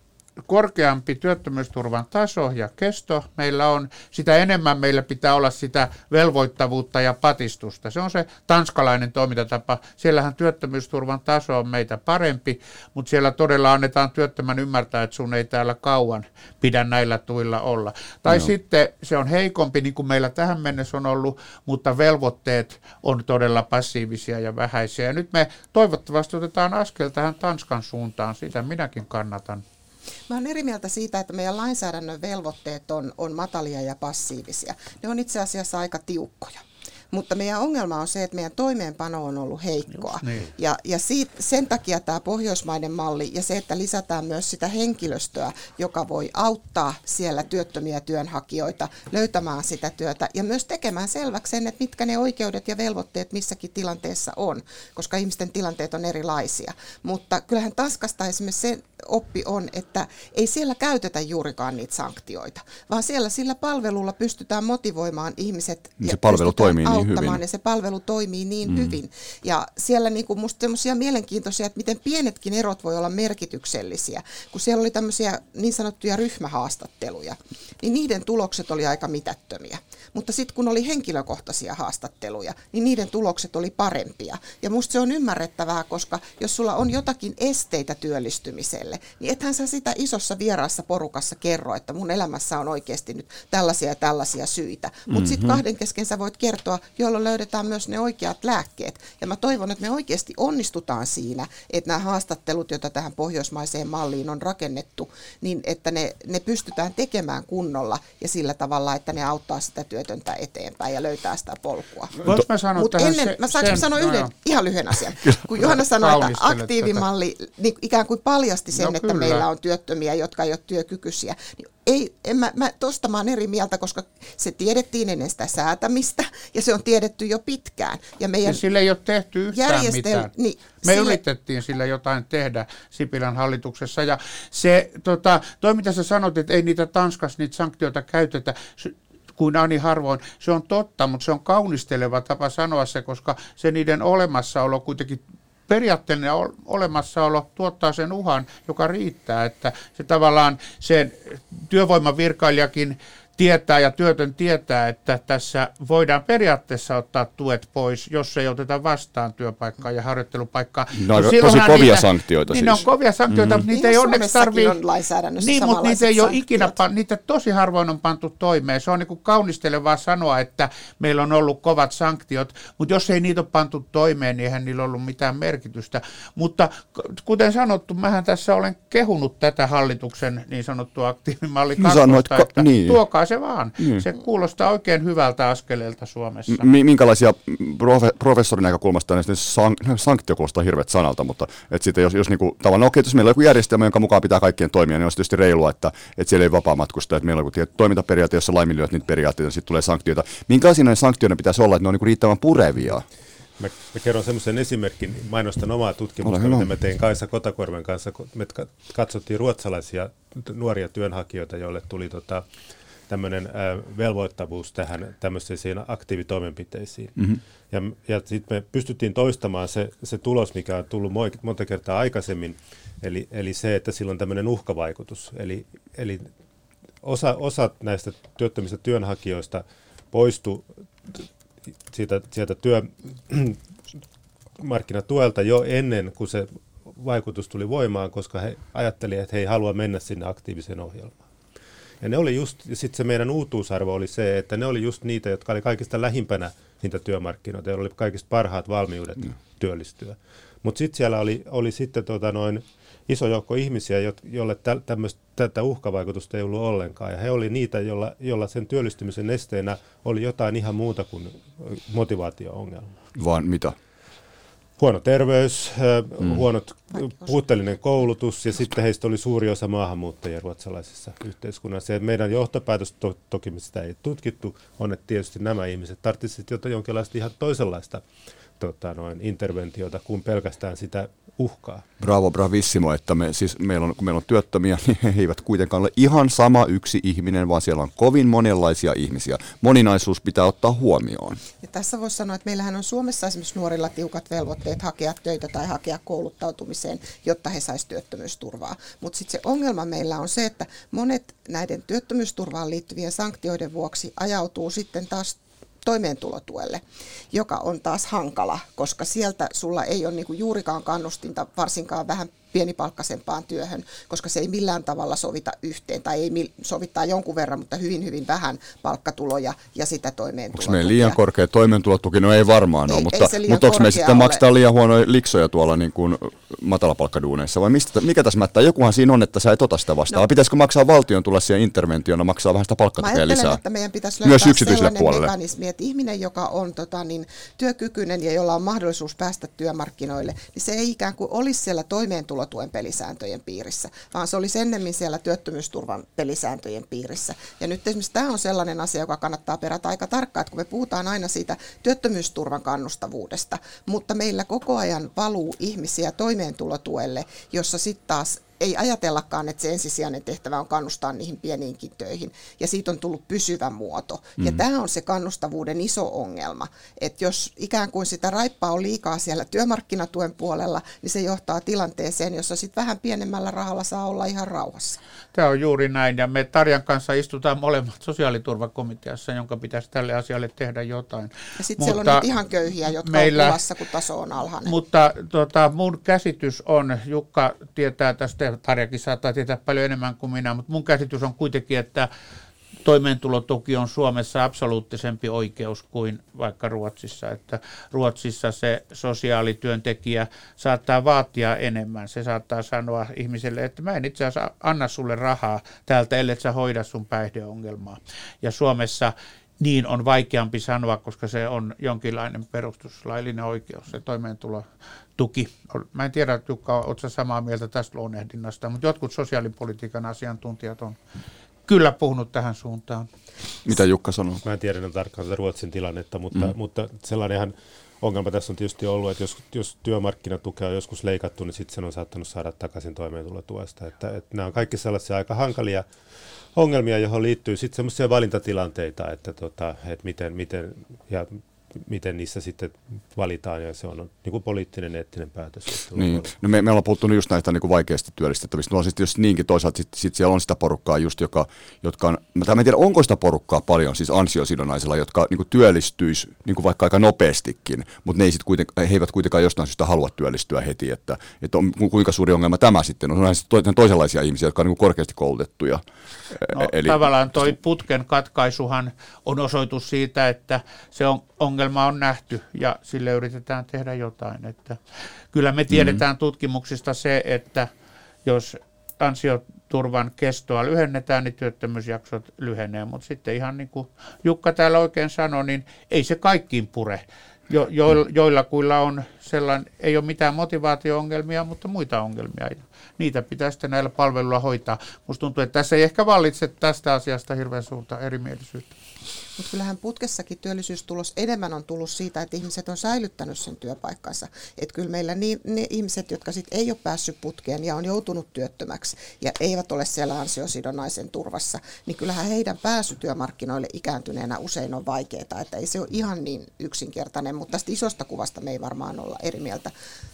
korkeampi työttömyysturvan taso ja kesto meillä on, sitä enemmän meillä pitää olla sitä velvoittavuutta ja patistusta. Se on se tanskalainen toimintatapa. Siellähän työttömyysturvan taso on meitä parempi, mutta siellä todella annetaan työttömän ymmärtää, että sun ei täällä kauan pidä näillä tuilla olla. Tai no. sitten se on heikompi, niin kuin meillä tähän mennessä on ollut, mutta velvoitteet on todella passiivisia ja vähäisiä. Ja nyt me toivottavasti otetaan askel tähän Tanskan suuntaan. Sitä minäkin kannatan. Mä olen eri mieltä siitä, että meidän lainsäädännön velvoitteet on, on matalia ja passiivisia. Ne on itse asiassa aika tiukkoja. Mutta meidän ongelma on se, että meidän toimeenpano on ollut heikkoa. Niin. Ja, ja siitä, sen takia tämä pohjoismainen malli ja se, että lisätään myös sitä henkilöstöä, joka voi auttaa siellä työttömiä työnhakijoita löytämään sitä työtä ja myös tekemään selväksi sen, että mitkä ne oikeudet ja velvoitteet missäkin tilanteessa on, koska ihmisten tilanteet on erilaisia. Mutta kyllähän Tanskasta esimerkiksi se oppi on, että ei siellä käytetä juurikaan niitä sanktioita, vaan siellä sillä palvelulla pystytään motivoimaan ihmiset ja se palvelu toimii niin auttamaan hyvin. Ja se palvelu toimii niin mm. hyvin. Ja siellä niin kuin musta semmoisia mielenkiintoisia, että miten pienetkin erot voi olla merkityksellisiä. Kun siellä oli tämmöisiä niin sanottuja ryhmähaastatteluja, niin niiden tulokset oli aika mitättömiä. Mutta sitten kun oli henkilökohtaisia haastatteluja, niin niiden tulokset oli parempia. Ja musta se on ymmärrettävää, koska jos sulla on jotakin esteitä työllistymiselle, niin ethän sä sitä isossa vieraassa porukassa kerro, että mun elämässä on oikeasti nyt tällaisia ja tällaisia syitä. Mutta mm-hmm. sitten kahden kesken sä voit kertoa, jolloin löydetään myös ne oikeat lääkkeet. Ja mä toivon, että me oikeasti onnistutaan siinä, että nämä haastattelut, joita tähän pohjoismaiseen malliin on rakennettu, niin että ne, ne pystytään tekemään kunnolla ja sillä tavalla, että ne auttaa sitä työtöntä eteenpäin ja löytää sitä polkua. Mutta ennen, se, mä saanko sanoa no, yhden no. ihan lyhyen asian. Kun Johanna sanoi, että aktiivimalli niin ikään kuin paljasti sen, no, että kyllä. meillä on työttömiä, jotka ei ole työkykyisiä, niin ei, en mä, mä tosta mä oon eri mieltä, koska se tiedettiin ennen sitä säätämistä ja se on tiedetty jo pitkään. Ja meidän ja sille ei ole tehty yhtään mitään. Niin, Me sille yritettiin sillä jotain tehdä Sipilän hallituksessa ja se, tota, toi mitä sä sanot, että ei niitä Tanskassa niitä sanktioita käytetä, kuin ani harvoin. Se on totta, mutta se on kaunisteleva tapa sanoa se, koska se niiden olemassaolo kuitenkin periaatteellinen olemassaolo tuottaa sen uhan, joka riittää, että se tavallaan se työvoimavirkailijakin tietää ja työtön tietää, että tässä voidaan periaatteessa ottaa tuet pois, jos ei oteta vastaan työpaikkaa ja harjoittelupaikkaa. No, no tosi kovia niitä, sanktioita niin siis. Ne on kovia sanktioita, mm-hmm. mutta niitä ei onneksi tarvitse. Niin, mutta niitä ei ole ikinä, niitä tosi harvoin on pantu toimeen. Se on niin kuin kaunistelevaa sanoa, että meillä on ollut kovat sanktiot, mutta jos ei niitä ole pantu toimeen, niin eihän niillä ollut mitään merkitystä. Mutta kuten sanottu, mähän tässä olen kehunut tätä hallituksen niin sanottua aktiivimalli kakkosta, että niin. tuokaa se vaan. Mm. Se kuulostaa oikein hyvältä askeleelta Suomessa. M- minkälaisia profe- professorin näkökulmasta niin sank- sanktio kuulostaa hirveät sanalta, mutta että sitten jos, jos niinku, tavallaan, okei, jos meillä on joku järjestelmä, jonka mukaan pitää kaikkien toimia, niin on tietysti reilua, että, että siellä ei vapaamatkusta, että meillä on joku toimintaperiaate, jossa laiminlyöt niitä periaatteita, sitten tulee sanktioita. Minkälaisia ne sanktioiden pitäisi olla, että ne on niinku riittävän purevia? Mä, mä kerron semmoisen esimerkin, mainostan omaa tutkimusta, mitä mä tein Kaisa Kotakorven kanssa. Me katsottiin ruotsalaisia nuoria työnhakijoita, joille tuli tota, tämmöinen äh, velvoittavuus tähän tämmöisiin aktiivitoimenpiteisiin. Mm-hmm. Ja, ja sitten me pystyttiin toistamaan se, se tulos, mikä on tullut monta kertaa aikaisemmin, eli, eli se, että sillä on tämmöinen uhkavaikutus. Eli, eli osa, osa näistä työttömistä työnhakijoista poistui siitä, sieltä työmarkkinatuelta jo ennen kuin se vaikutus tuli voimaan, koska he ajattelivat, että he ei halua mennä sinne aktiiviseen ohjelmaan. Ja ne oli just, ja sitten se meidän uutuusarvo oli se, että ne oli just niitä, jotka oli kaikista lähimpänä niitä työmarkkinoita, joilla oli kaikista parhaat valmiudet mm. työllistyä. Mutta sitten siellä oli, oli sitten tota noin iso joukko ihmisiä, joille tämmöistä, tätä uhkavaikutusta ei ollut ollenkaan. Ja he oli niitä, joilla, joilla sen työllistymisen esteenä oli jotain ihan muuta kuin motivaatio-ongelma. Vaan mitä? Huono terveys, mm. huonot, puutteellinen koulutus ja sitten heistä oli suuri osa maahanmuuttajia ruotsalaisessa yhteiskunnassa. Ja meidän johtopäätös, to, toki me sitä ei tutkittu, on, että tietysti nämä ihmiset tarvitsisivat jotain jonkinlaista ihan toisenlaista tota, noin, interventiota kuin pelkästään sitä uhkaa. Bravo, bravissimo, että me, siis meillä on, kun meillä on työttömiä, niin he eivät kuitenkaan ole ihan sama yksi ihminen, vaan siellä on kovin monenlaisia ihmisiä. Moninaisuus pitää ottaa huomioon. Ja tässä voisi sanoa, että meillähän on Suomessa esimerkiksi nuorilla tiukat velvoitteet hakea töitä tai hakea kouluttautumiseen, jotta he saisivat työttömyysturvaa. Mutta sitten se ongelma meillä on se, että monet näiden työttömyysturvaan liittyvien sanktioiden vuoksi ajautuu sitten taas toimeentulotuelle, joka on taas hankala, koska sieltä sulla ei ole niinku juurikaan kannustinta, varsinkaan vähän pienipalkkaisempaan työhön, koska se ei millään tavalla sovita yhteen, tai ei sovittaa jonkun verran, mutta hyvin, hyvin vähän palkkatuloja ja sitä toimeentulotukea. Onko meillä liian korkea toimeentulotuki? No ei varmaan ei, ole, mutta, ei mutta onko me sitten ole. maksetaan liian huonoja liksoja tuolla niin kuin matalapalkkaduuneissa, vai mistä, mikä tässä mättää? Jokuhan siinä on, että sä et ota sitä vastaan. No. Pitäisikö maksaa valtion tulla siihen interventiona, maksaa vähän sitä palkkatukea lisää? Mä ajattelen, että meidän pitäisi myös löytää sellainen puolelle. mekanismi, että ihminen, joka on tota, niin, työkykyinen ja jolla on mahdollisuus päästä työmarkkinoille, niin se ei ikään kuin olisi siellä toimeentulotuen pelisääntöjä piirissä, vaan se olisi ennemmin siellä työttömyysturvan pelisääntöjen piirissä. Ja nyt esimerkiksi tämä on sellainen asia, joka kannattaa perata aika tarkkaan, että kun me puhutaan aina siitä työttömyysturvan kannustavuudesta, mutta meillä koko ajan valuu ihmisiä toimeentulotuelle, jossa sitten taas ei ajatellakaan, että se ensisijainen tehtävä on kannustaa niihin pieniinkin töihin. Ja siitä on tullut pysyvä muoto. Mm. Ja tämä on se kannustavuuden iso ongelma. Että jos ikään kuin sitä raippaa on liikaa siellä työmarkkinatuen puolella, niin se johtaa tilanteeseen, jossa sitten vähän pienemmällä rahalla saa olla ihan rauhassa. Tämä on juuri näin. Ja me Tarjan kanssa istutaan molemmat sosiaaliturvakomiteassa, jonka pitäisi tälle asialle tehdä jotain. Ja sitten siellä on nyt ihan köyhiä, jotka meillä, on pulassa, kun taso on alhainen. Mutta tota, mun käsitys on, Jukka tietää tästä, Tarjakin saattaa tietää paljon enemmän kuin minä, mutta mun käsitys on kuitenkin, että toimeentulotuki on Suomessa absoluuttisempi oikeus kuin vaikka Ruotsissa, että Ruotsissa se sosiaalityöntekijä saattaa vaatia enemmän. Se saattaa sanoa ihmiselle, että mä en itse asiassa anna sulle rahaa täältä, ellei sä hoida sun päihdeongelmaa. Ja Suomessa niin on vaikeampi sanoa, koska se on jonkinlainen perustuslaillinen oikeus, se toimeentulotuki. Mä en tiedä, Jukka, ootko samaa mieltä tästä luonnehdinnasta, mutta jotkut sosiaalipolitiikan asiantuntijat on kyllä puhunut tähän suuntaan. Mitä Jukka sanoo? Mä en tiedä tarkkaan tätä Ruotsin tilannetta, mutta, mm. mutta sellainenhan ongelma tässä on tietysti ollut, että jos, jos työmarkkinatukea on joskus leikattu, niin sitten sen on saattanut saada takaisin toimeentulotuesta. Että, että nämä on kaikki sellaisia aika hankalia ongelmia, johon liittyy sitten semmoisia valintatilanteita, että, tota, että miten, miten, ja miten niissä sitten valitaan, ja se on niin kuin poliittinen eettinen päätös. Niin. No me, me ollaan puhuttu nyt just näistä niin kuin vaikeasti työllistettävistä. No on sitten jos niinkin toisaalta, sitten sit siellä on sitä porukkaa just, joka, jotka on, mä en tiedä, onko sitä porukkaa paljon, siis ansiosidonnaisilla, jotka niin kuin työllistyisi niin kuin vaikka aika nopeastikin, mutta ne ei sit kuitenkaan, he eivät kuitenkaan jostain syystä halua työllistyä heti, että, että on, kuinka suuri ongelma tämä sitten on. On sitten toisenlaisia ihmisiä, jotka on niin kuin korkeasti koulutettuja. No, eli tavallaan toi putken katkaisuhan on osoitus siitä, että se on ongelma on nähty ja sille yritetään tehdä jotain. Että kyllä me tiedetään mm-hmm. tutkimuksista se, että jos ansioturvan kestoa lyhennetään, niin työttömyysjaksot lyhenee. Mutta sitten ihan niin kuin Jukka täällä oikein sanoi, niin ei se kaikkiin pure. Jo, jo, joillakuilla on sellainen, ei ole mitään motivaatio-ongelmia, mutta muita ongelmia. Niitä pitää sitten näillä palveluilla hoitaa. Musta tuntuu, että tässä ei ehkä vallitse tästä asiasta hirveän suurta erimielisyyttä. Mutta kyllähän putkessakin työllisyystulos enemmän on tullut siitä, että ihmiset on säilyttänyt sen työpaikkansa. Että kyllä meillä niin, ne ihmiset, jotka sit ei ole päässyt putkeen ja on joutunut työttömäksi ja eivät ole siellä ansiosidonnaisen turvassa, niin kyllähän heidän pääsy työmarkkinoille ikääntyneenä usein on vaikeaa. Että ei se ole ihan niin yksinkertainen, mutta tästä isosta kuvasta me ei varmaan olla eri mieltä.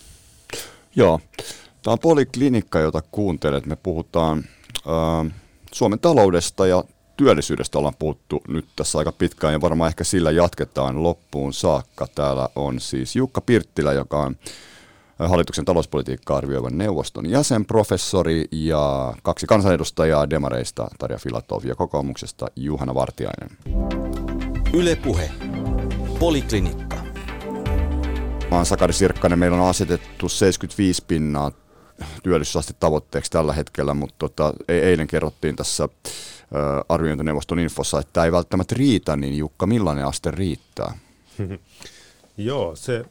Joo, tämä on Poliklinikka, jota kuuntelet. Me puhutaan äh, Suomen taloudesta ja työllisyydestä ollaan puhuttu nyt tässä aika pitkään ja varmaan ehkä sillä jatketaan loppuun saakka. Täällä on siis Jukka Pirttilä, joka on hallituksen talouspolitiikkaa arvioivan neuvoston jäsen, professori ja kaksi kansanedustajaa demareista, Tarja Filatov ja kokoomuksesta Juhana Vartiainen. Yle Puhe. Poliklinikka. Mä oon Sakari Sirkkanen, meillä on asetettu seitsemänkymmentäviisi pinnaa työllisyysaste tavoitteeksi tällä hetkellä, mutta tota, eilen kerrottiin tässä ä, arviointineuvoston infossa, että tämä ei välttämättä riitä, niin Jukka, millainen aste riittää? Joo, se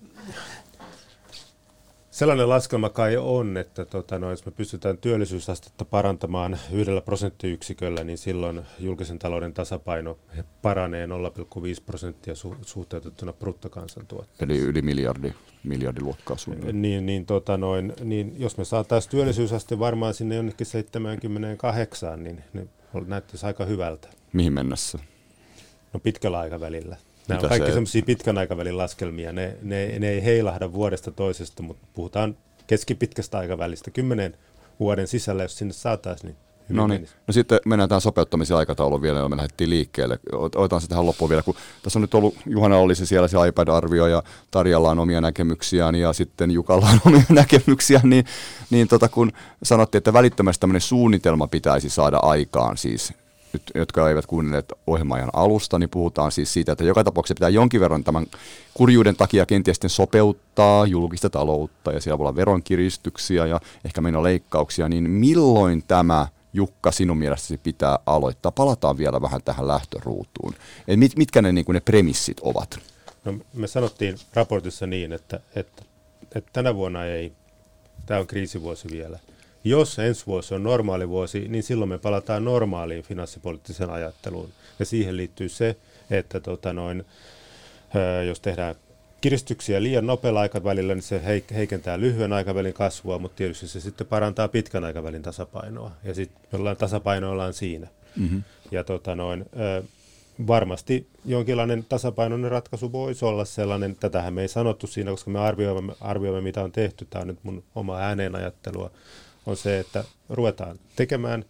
sellainen laskelma kai on, että tota, no, jos me pystytään työllisyysastetta parantamaan yhdellä prosenttiyksiköllä, niin silloin julkisen talouden tasapaino paranee nolla pilkku viisi prosenttia su- suhteutettuna bruttokansantuotteeseen. Eli yli miljardi, miljardiluokkaa suunnilleen. Niin, niin, tota, noin, niin jos me saataisiin työllisyysaste varmaan sinne jonnekin seitsemänkymmentäkahdeksan, niin ne näyttäisi aika hyvältä. Mihin mennessä? No pitkällä aikavälillä. Nämä Mitä on kaikki se... sellaisia pitkän aikavälin laskelmia. Ne, ne, ne ei heilahda vuodesta toisesta, mutta puhutaan keskipitkästä aikavälistä. Kymmenen vuoden sisällä, jos sinne saataisiin, niin hyvin No niin. menisi. No sitten mennään tähän sopeuttamisen aikatauluun vielä, jolla me lähdettiin liikkeelle. Otetaan se tähän loppuun vielä, kun tässä on nyt ollut, Juhana oli se siellä se iPad-arvio ja Tarjalla on omia näkemyksiään ja sitten Jukalla on omia näkemyksiään, niin, niin tota, kun sanottiin, että välittömästi tämmöinen suunnitelma pitäisi saada aikaan siis, nyt, jotka eivät kuunnelleet ohjelmaajan alusta, niin puhutaan siis siitä, että joka tapauksessa pitää jonkin verran tämän kurjuuden takia kenties sitten sopeuttaa julkista taloutta ja siellä voi olla veronkiristyksiä ja ehkä menoleikkauksia, niin milloin tämä, Jukka, sinun mielestäsi pitää aloittaa? Palataan vielä vähän tähän lähtöruutuun. Eli mit, mitkä ne, niin kuin ne premissit ovat? No, me sanottiin raportissa niin, että, että, että tänä vuonna ei, tämä on kriisivuosi vielä. Jos ensi vuosi on normaali vuosi, niin silloin me palataan normaaliin finanssipoliittiseen ajatteluun. Ja siihen liittyy se, että tota noin, jos tehdään kiristyksiä liian nopealla aikavälillä, niin se heikentää lyhyen aikavälin kasvua, mutta tietysti se sitten parantaa pitkän aikavälin tasapainoa. Ja sitten jollain tasapainoillaan siinä. Mm-hmm. Ja tota noin, varmasti jonkinlainen tasapainoinen ratkaisu voisi olla sellainen, tätähän me ei sanottu siinä, koska me arvioimme, arvioimme mitä on tehty. Tämä on nyt mun oma ääneen ajattelua. On se, että ruvetaan tekemään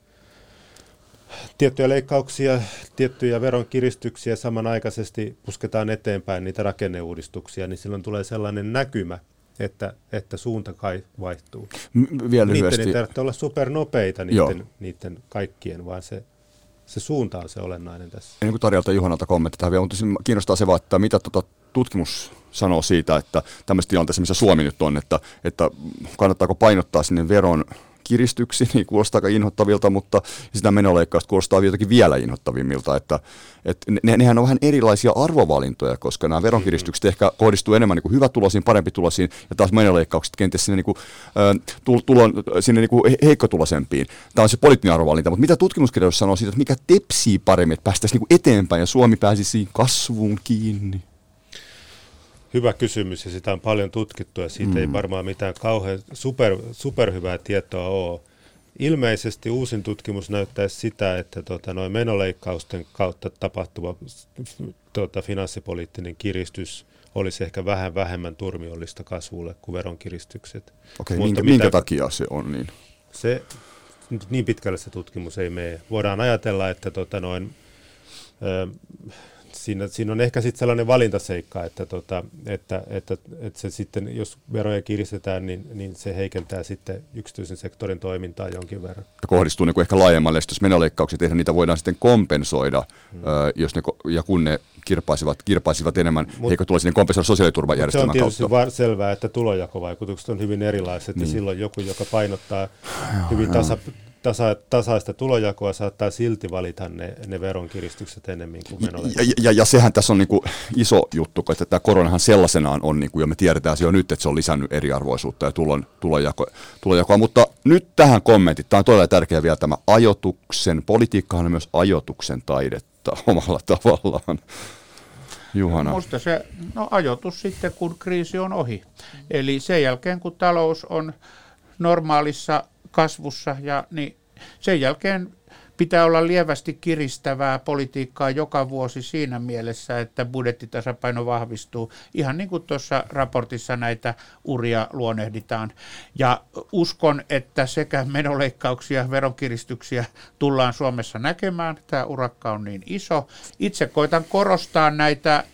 tiettyjä leikkauksia, tiettyjä veronkiristyksiä, samanaikaisesti pusketaan eteenpäin niitä rakenneuudistuksia, niin silloin tulee sellainen näkymä, että, että suunta kai vaihtuu. M- vielä lyhyesti. Niiden ei tarvitse olla supernopeita niiden, niiden kaikkien, vaan se, se suunta on se olennainen tässä. Ennen kuin Tarjalta ja Juhanalta kommentti tähän vielä, mutta kiinnostaa se vaan, että mitä tuota tutkimus sanoo siitä, että tämmöisessä tilanteessa, missä Suomi nyt on, että, että kannattaako painottaa sinne veron kiristyksiin, niin kuulostaa aika inhottavilta, mutta sitä menoleikkausta kuulostaa jotenkin vielä inhottavimmilta, että, että ne, nehän on vähän erilaisia arvovalintoja, koska nämä veronkiristykset ehkä kohdistuu enemmän niin kuin hyvätuloisiin, parempituloisiin, ja taas menoleikkaukset kenties sinne, niin kuin, äh, tulon, sinne niin kuin heikkotuloisempiin. Tämä on se poliittinen arvovalinta, mutta mitä tutkimuskirjallisuus sanoo siitä, että mikä tepsii paremmin, että päästäisiin niin kuin eteenpäin ja Suomi pääsisi kasvuun kiinni? Hyvä kysymys, ja sitä on paljon tutkittu, ja siitä mm. ei varmaan mitään kauhean super, superhyvää tietoa ole. Ilmeisesti uusin tutkimus näyttäisi sitä, että tota, noin menoleikkausten kautta tapahtuva tota, finanssipoliittinen kiristys olisi ehkä vähän vähemmän turmiollista kasvulle kuin veronkiristykset. Okei, minkä, mitä, minkä takia se on niin? Se, niin pitkälle se tutkimus ei mene. Voidaan ajatella, että tota, noin... Ö, Siinä, siinä on ehkä sitten sellainen valintaseikka, että, tota, että, että, että se sitten, jos veroja kiristetään, niin, niin se heikentää sitten yksityisen sektorin toimintaa jonkin verran. Ja kohdistuu niin kuin ehkä laajemmalle, jos menoleikkauksia tehdään, niitä voidaan sitten kompensoida, hmm. jos ne, ja kun ne kirpaisivat, kirpaisivat enemmän, Mut, eikö tule sinne kompensoida sosiaaliturvajärjestelmän kautta? Se on tietysti selvää, että tulonjakovaikutukset on hyvin erilaiset, niin. Ja silloin joku, joka painottaa hyvin tasa, Tasa, tasaista tulojakoa, saattaa silti valita ne, ne veronkiristykset enemmän kuin menoleikkaukset. Ja, ja, ja sehän tässä on niin kuin iso juttu, että tämä koronahan sellaisenaan on, niin kuin, ja me tiedetään se jo nyt, että se on lisännyt eriarvoisuutta ja tulon, tulonjako, tulonjakoa. Mutta nyt tähän kommentit. Tämä on todella tärkeä vielä tämä ajoituksen. Politiikkahan on myös ajoituksen taidetta omalla tavallaan. Juhana. Musta se no, ajoitus sitten, kun kriisi on ohi. Eli sen jälkeen, kun talous on normaalissa kasvussa, ja niin sen jälkeen pitää olla lievästi kiristävää politiikkaa joka vuosi siinä mielessä, että budjettitasapaino vahvistuu. Ihan niin kuin tuossa raportissa näitä uria luonnehditaan. Ja uskon, että sekä menoleikkauksia, veronkiristyksiä tullaan Suomessa näkemään. Tämä urakka on niin iso. Itse koitan korostaa näitä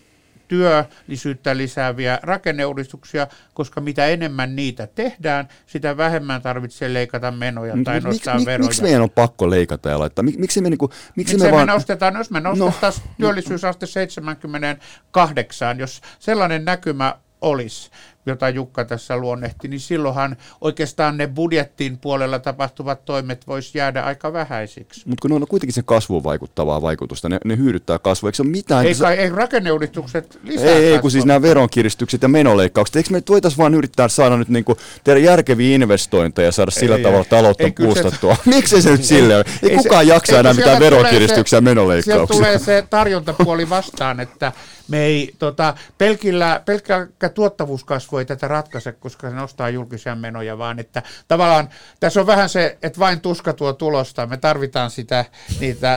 työllisyyttä lisääviä rakenneuudistuksia, koska mitä enemmän niitä tehdään, sitä vähemmän tarvitsee leikata menoja tai Mik, nostaa mik, veroja. Miksi meidän on pakko leikata ja laittaa? Mik, miksi me, niinku, miksi miksi me, vaan... me nostetaan, jos me nostettaisiin no, työllisyysaste seitsemänkymmentäkahdeksan, jos sellainen näkymä olisi, jota Jukka tässä luonnehti, niin silloinhan oikeastaan ne budjettin puolella tapahtuvat toimet voisi jäädä aika vähäisiksi. Mutta kun ne on kuitenkin se kasvuun vaikuttavaa vaikutusta, ne, ne hyödyttää kasvua. Eikö se ole mitään? Ei, kai, ei rakenneuudistukset lisää Ei, ei kasvua. kun siis nämä veronkiristykset ja menoleikkaukset. Eikö me voitaisiin vaan yrittää saada nyt niinku tehdä järkeviä investointeja ja saada sillä ei, tavalla taloutta puustattua? Se... Miksi se nyt silleen? Ei, ei kukaan se, jaksa enää mitään veronkiristyksiä ja menoleikkauksia. Sieltä tulee se tarjontapuoli vastaan, että me ei tota, pelkillä, pelkkä tuottavuuskasvu ei tätä ratkaise, koska se nostaa julkisia menoja, vaan että tavallaan tässä on vähän se, että vain tuska tuo tulosta. Me tarvitaan sitä, niitä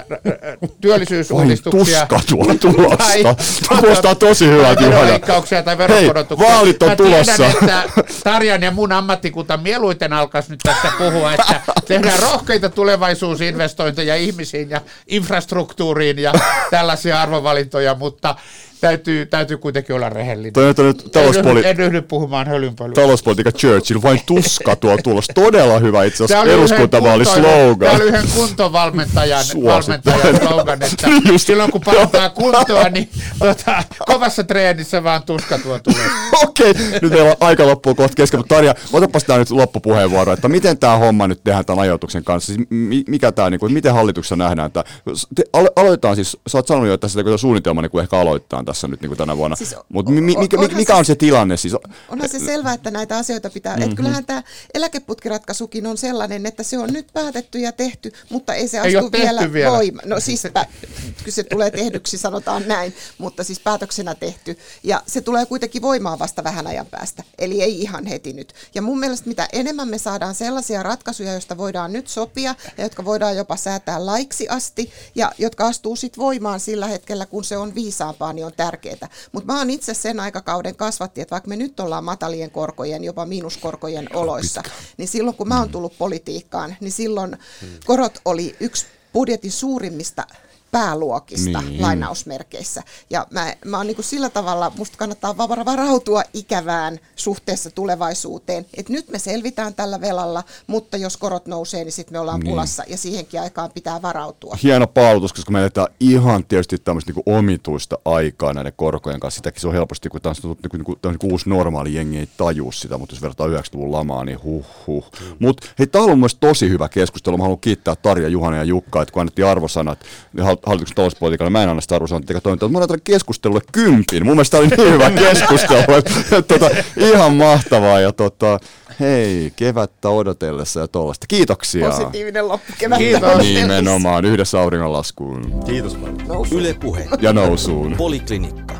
työllisyysuudistuksia. Vain tuska tuo tulosta. Kuulostaa tosi hyvältä. Veroleikkauksia tai veronkorotuksia. Hei, vaalit on Mä tulossa. tiedän, että Tarjan ja mun ammattikunta mieluiten alkaisi nyt tästä puhua, että tehdään rohkeita tulevaisuusinvestointeja ihmisiin ja infrastruktuuriin ja tällaisia arvovalintoja, mutta Täytyy, täytyy kuitenkin olla rehellinen. Toi, toi, talouspoli- en ryhdy puhumaan hölynpölyä. Talouspolitiikka Churchill, vain tuska tuo tulos. Todella hyvä itse asiassa eduskuntavaali slogan. Tämä slogan. oli yhden kuntovalmentajan valmentajan slogan, että just, silloin kun palataan kuntoa, niin tota, kovassa treenissä vaan tuska tuo tulos. Okei, nyt meillä on aika loppua kohta kesken, mutta Tarja, otapas tämä nyt loppupuheenvuoro, että miten tämä homma nyt tehdään tämän ajoituksen kanssa, siis mikä tämä, niin kuin, miten hallituksessa nähdään tämä, alo- aloitetaan siis, sä oot sanonut jo, että sitä suunnitelma niin kuin ehkä aloittaa tässä nyt niin kuin tänä vuonna, siis mutta mi- mi- mikä, mikä on se tilanne siis? Onhan se selvää, että näitä asioita pitää, mm-hmm. että kyllähän tämä eläkeputkiratkaisukin on sellainen, että se on nyt päätetty ja tehty, mutta ei se ei astu vielä, vielä voimaan. No siis, pä- kyllä se tulee tehdyksi, sanotaan näin, mutta siis päätöksenä tehty, ja se tulee kuitenkin voimaan vasta vähän ajan päästä, eli ei ihan heti nyt. Ja mun mielestä mitä enemmän me saadaan sellaisia ratkaisuja, joista voidaan nyt sopia, ja jotka voidaan jopa säätää laiksi asti, ja jotka astuu sitten voimaan sillä hetkellä, kun se on viisaampaa, niin on tärkeää. Mutta mä oon itse sen aikakauden kasvatti, että vaikka me nyt ollaan matalien korkojen, jopa miinuskorkojen oloissa, niin silloin kun mä oon tullut politiikkaan, niin silloin korot oli yksi budjetin suurimmista pääluokista niin. Lainausmerkeissä. Ja mä, mä oon niin kuin sillä tavalla, musta kannattaa varautua ikävään suhteessa tulevaisuuteen. Et nyt me selvitään tällä velalla, mutta jos korot nousee, niin sitten me ollaan niin. pulassa ja siihenkin aikaan pitää varautua. Hieno paalutus, koska me eletään ihan tietysti tämmöistä niin omituista aikaa näiden korkojen kanssa. Sitäkin se on helposti, kun tämä on niin kuin, niin kuin uusi normaali jengi ei tajua sitä, mutta jos verrataan yhdeksänkymmentäluvun lamaa, niin huh huh. Mm. Mutta hei, tämä on ollut myös tosi hyvä keskustelu. Mä haluan kiittää Tarja, Juhana ja Jukka, että kun annettiin arvosanat hallituksen talouspolitiikalla, mä en anna sitä arvosanat eikä toimintaa, mutta mä annan keskustelulle kympin. Mun mielestä tämä oli niin hyvä keskustelu, että tota, ihan mahtavaa ja tota, hei, kevättä odotellessa ja tollaista. Kiitoksia. Positiivinen loppu kevättä Kiitos. Nimenomaan, yhdessä auringonlaskuun. Kiitos paljon. Yle Puhe Ja nousuun. Poliklinikka.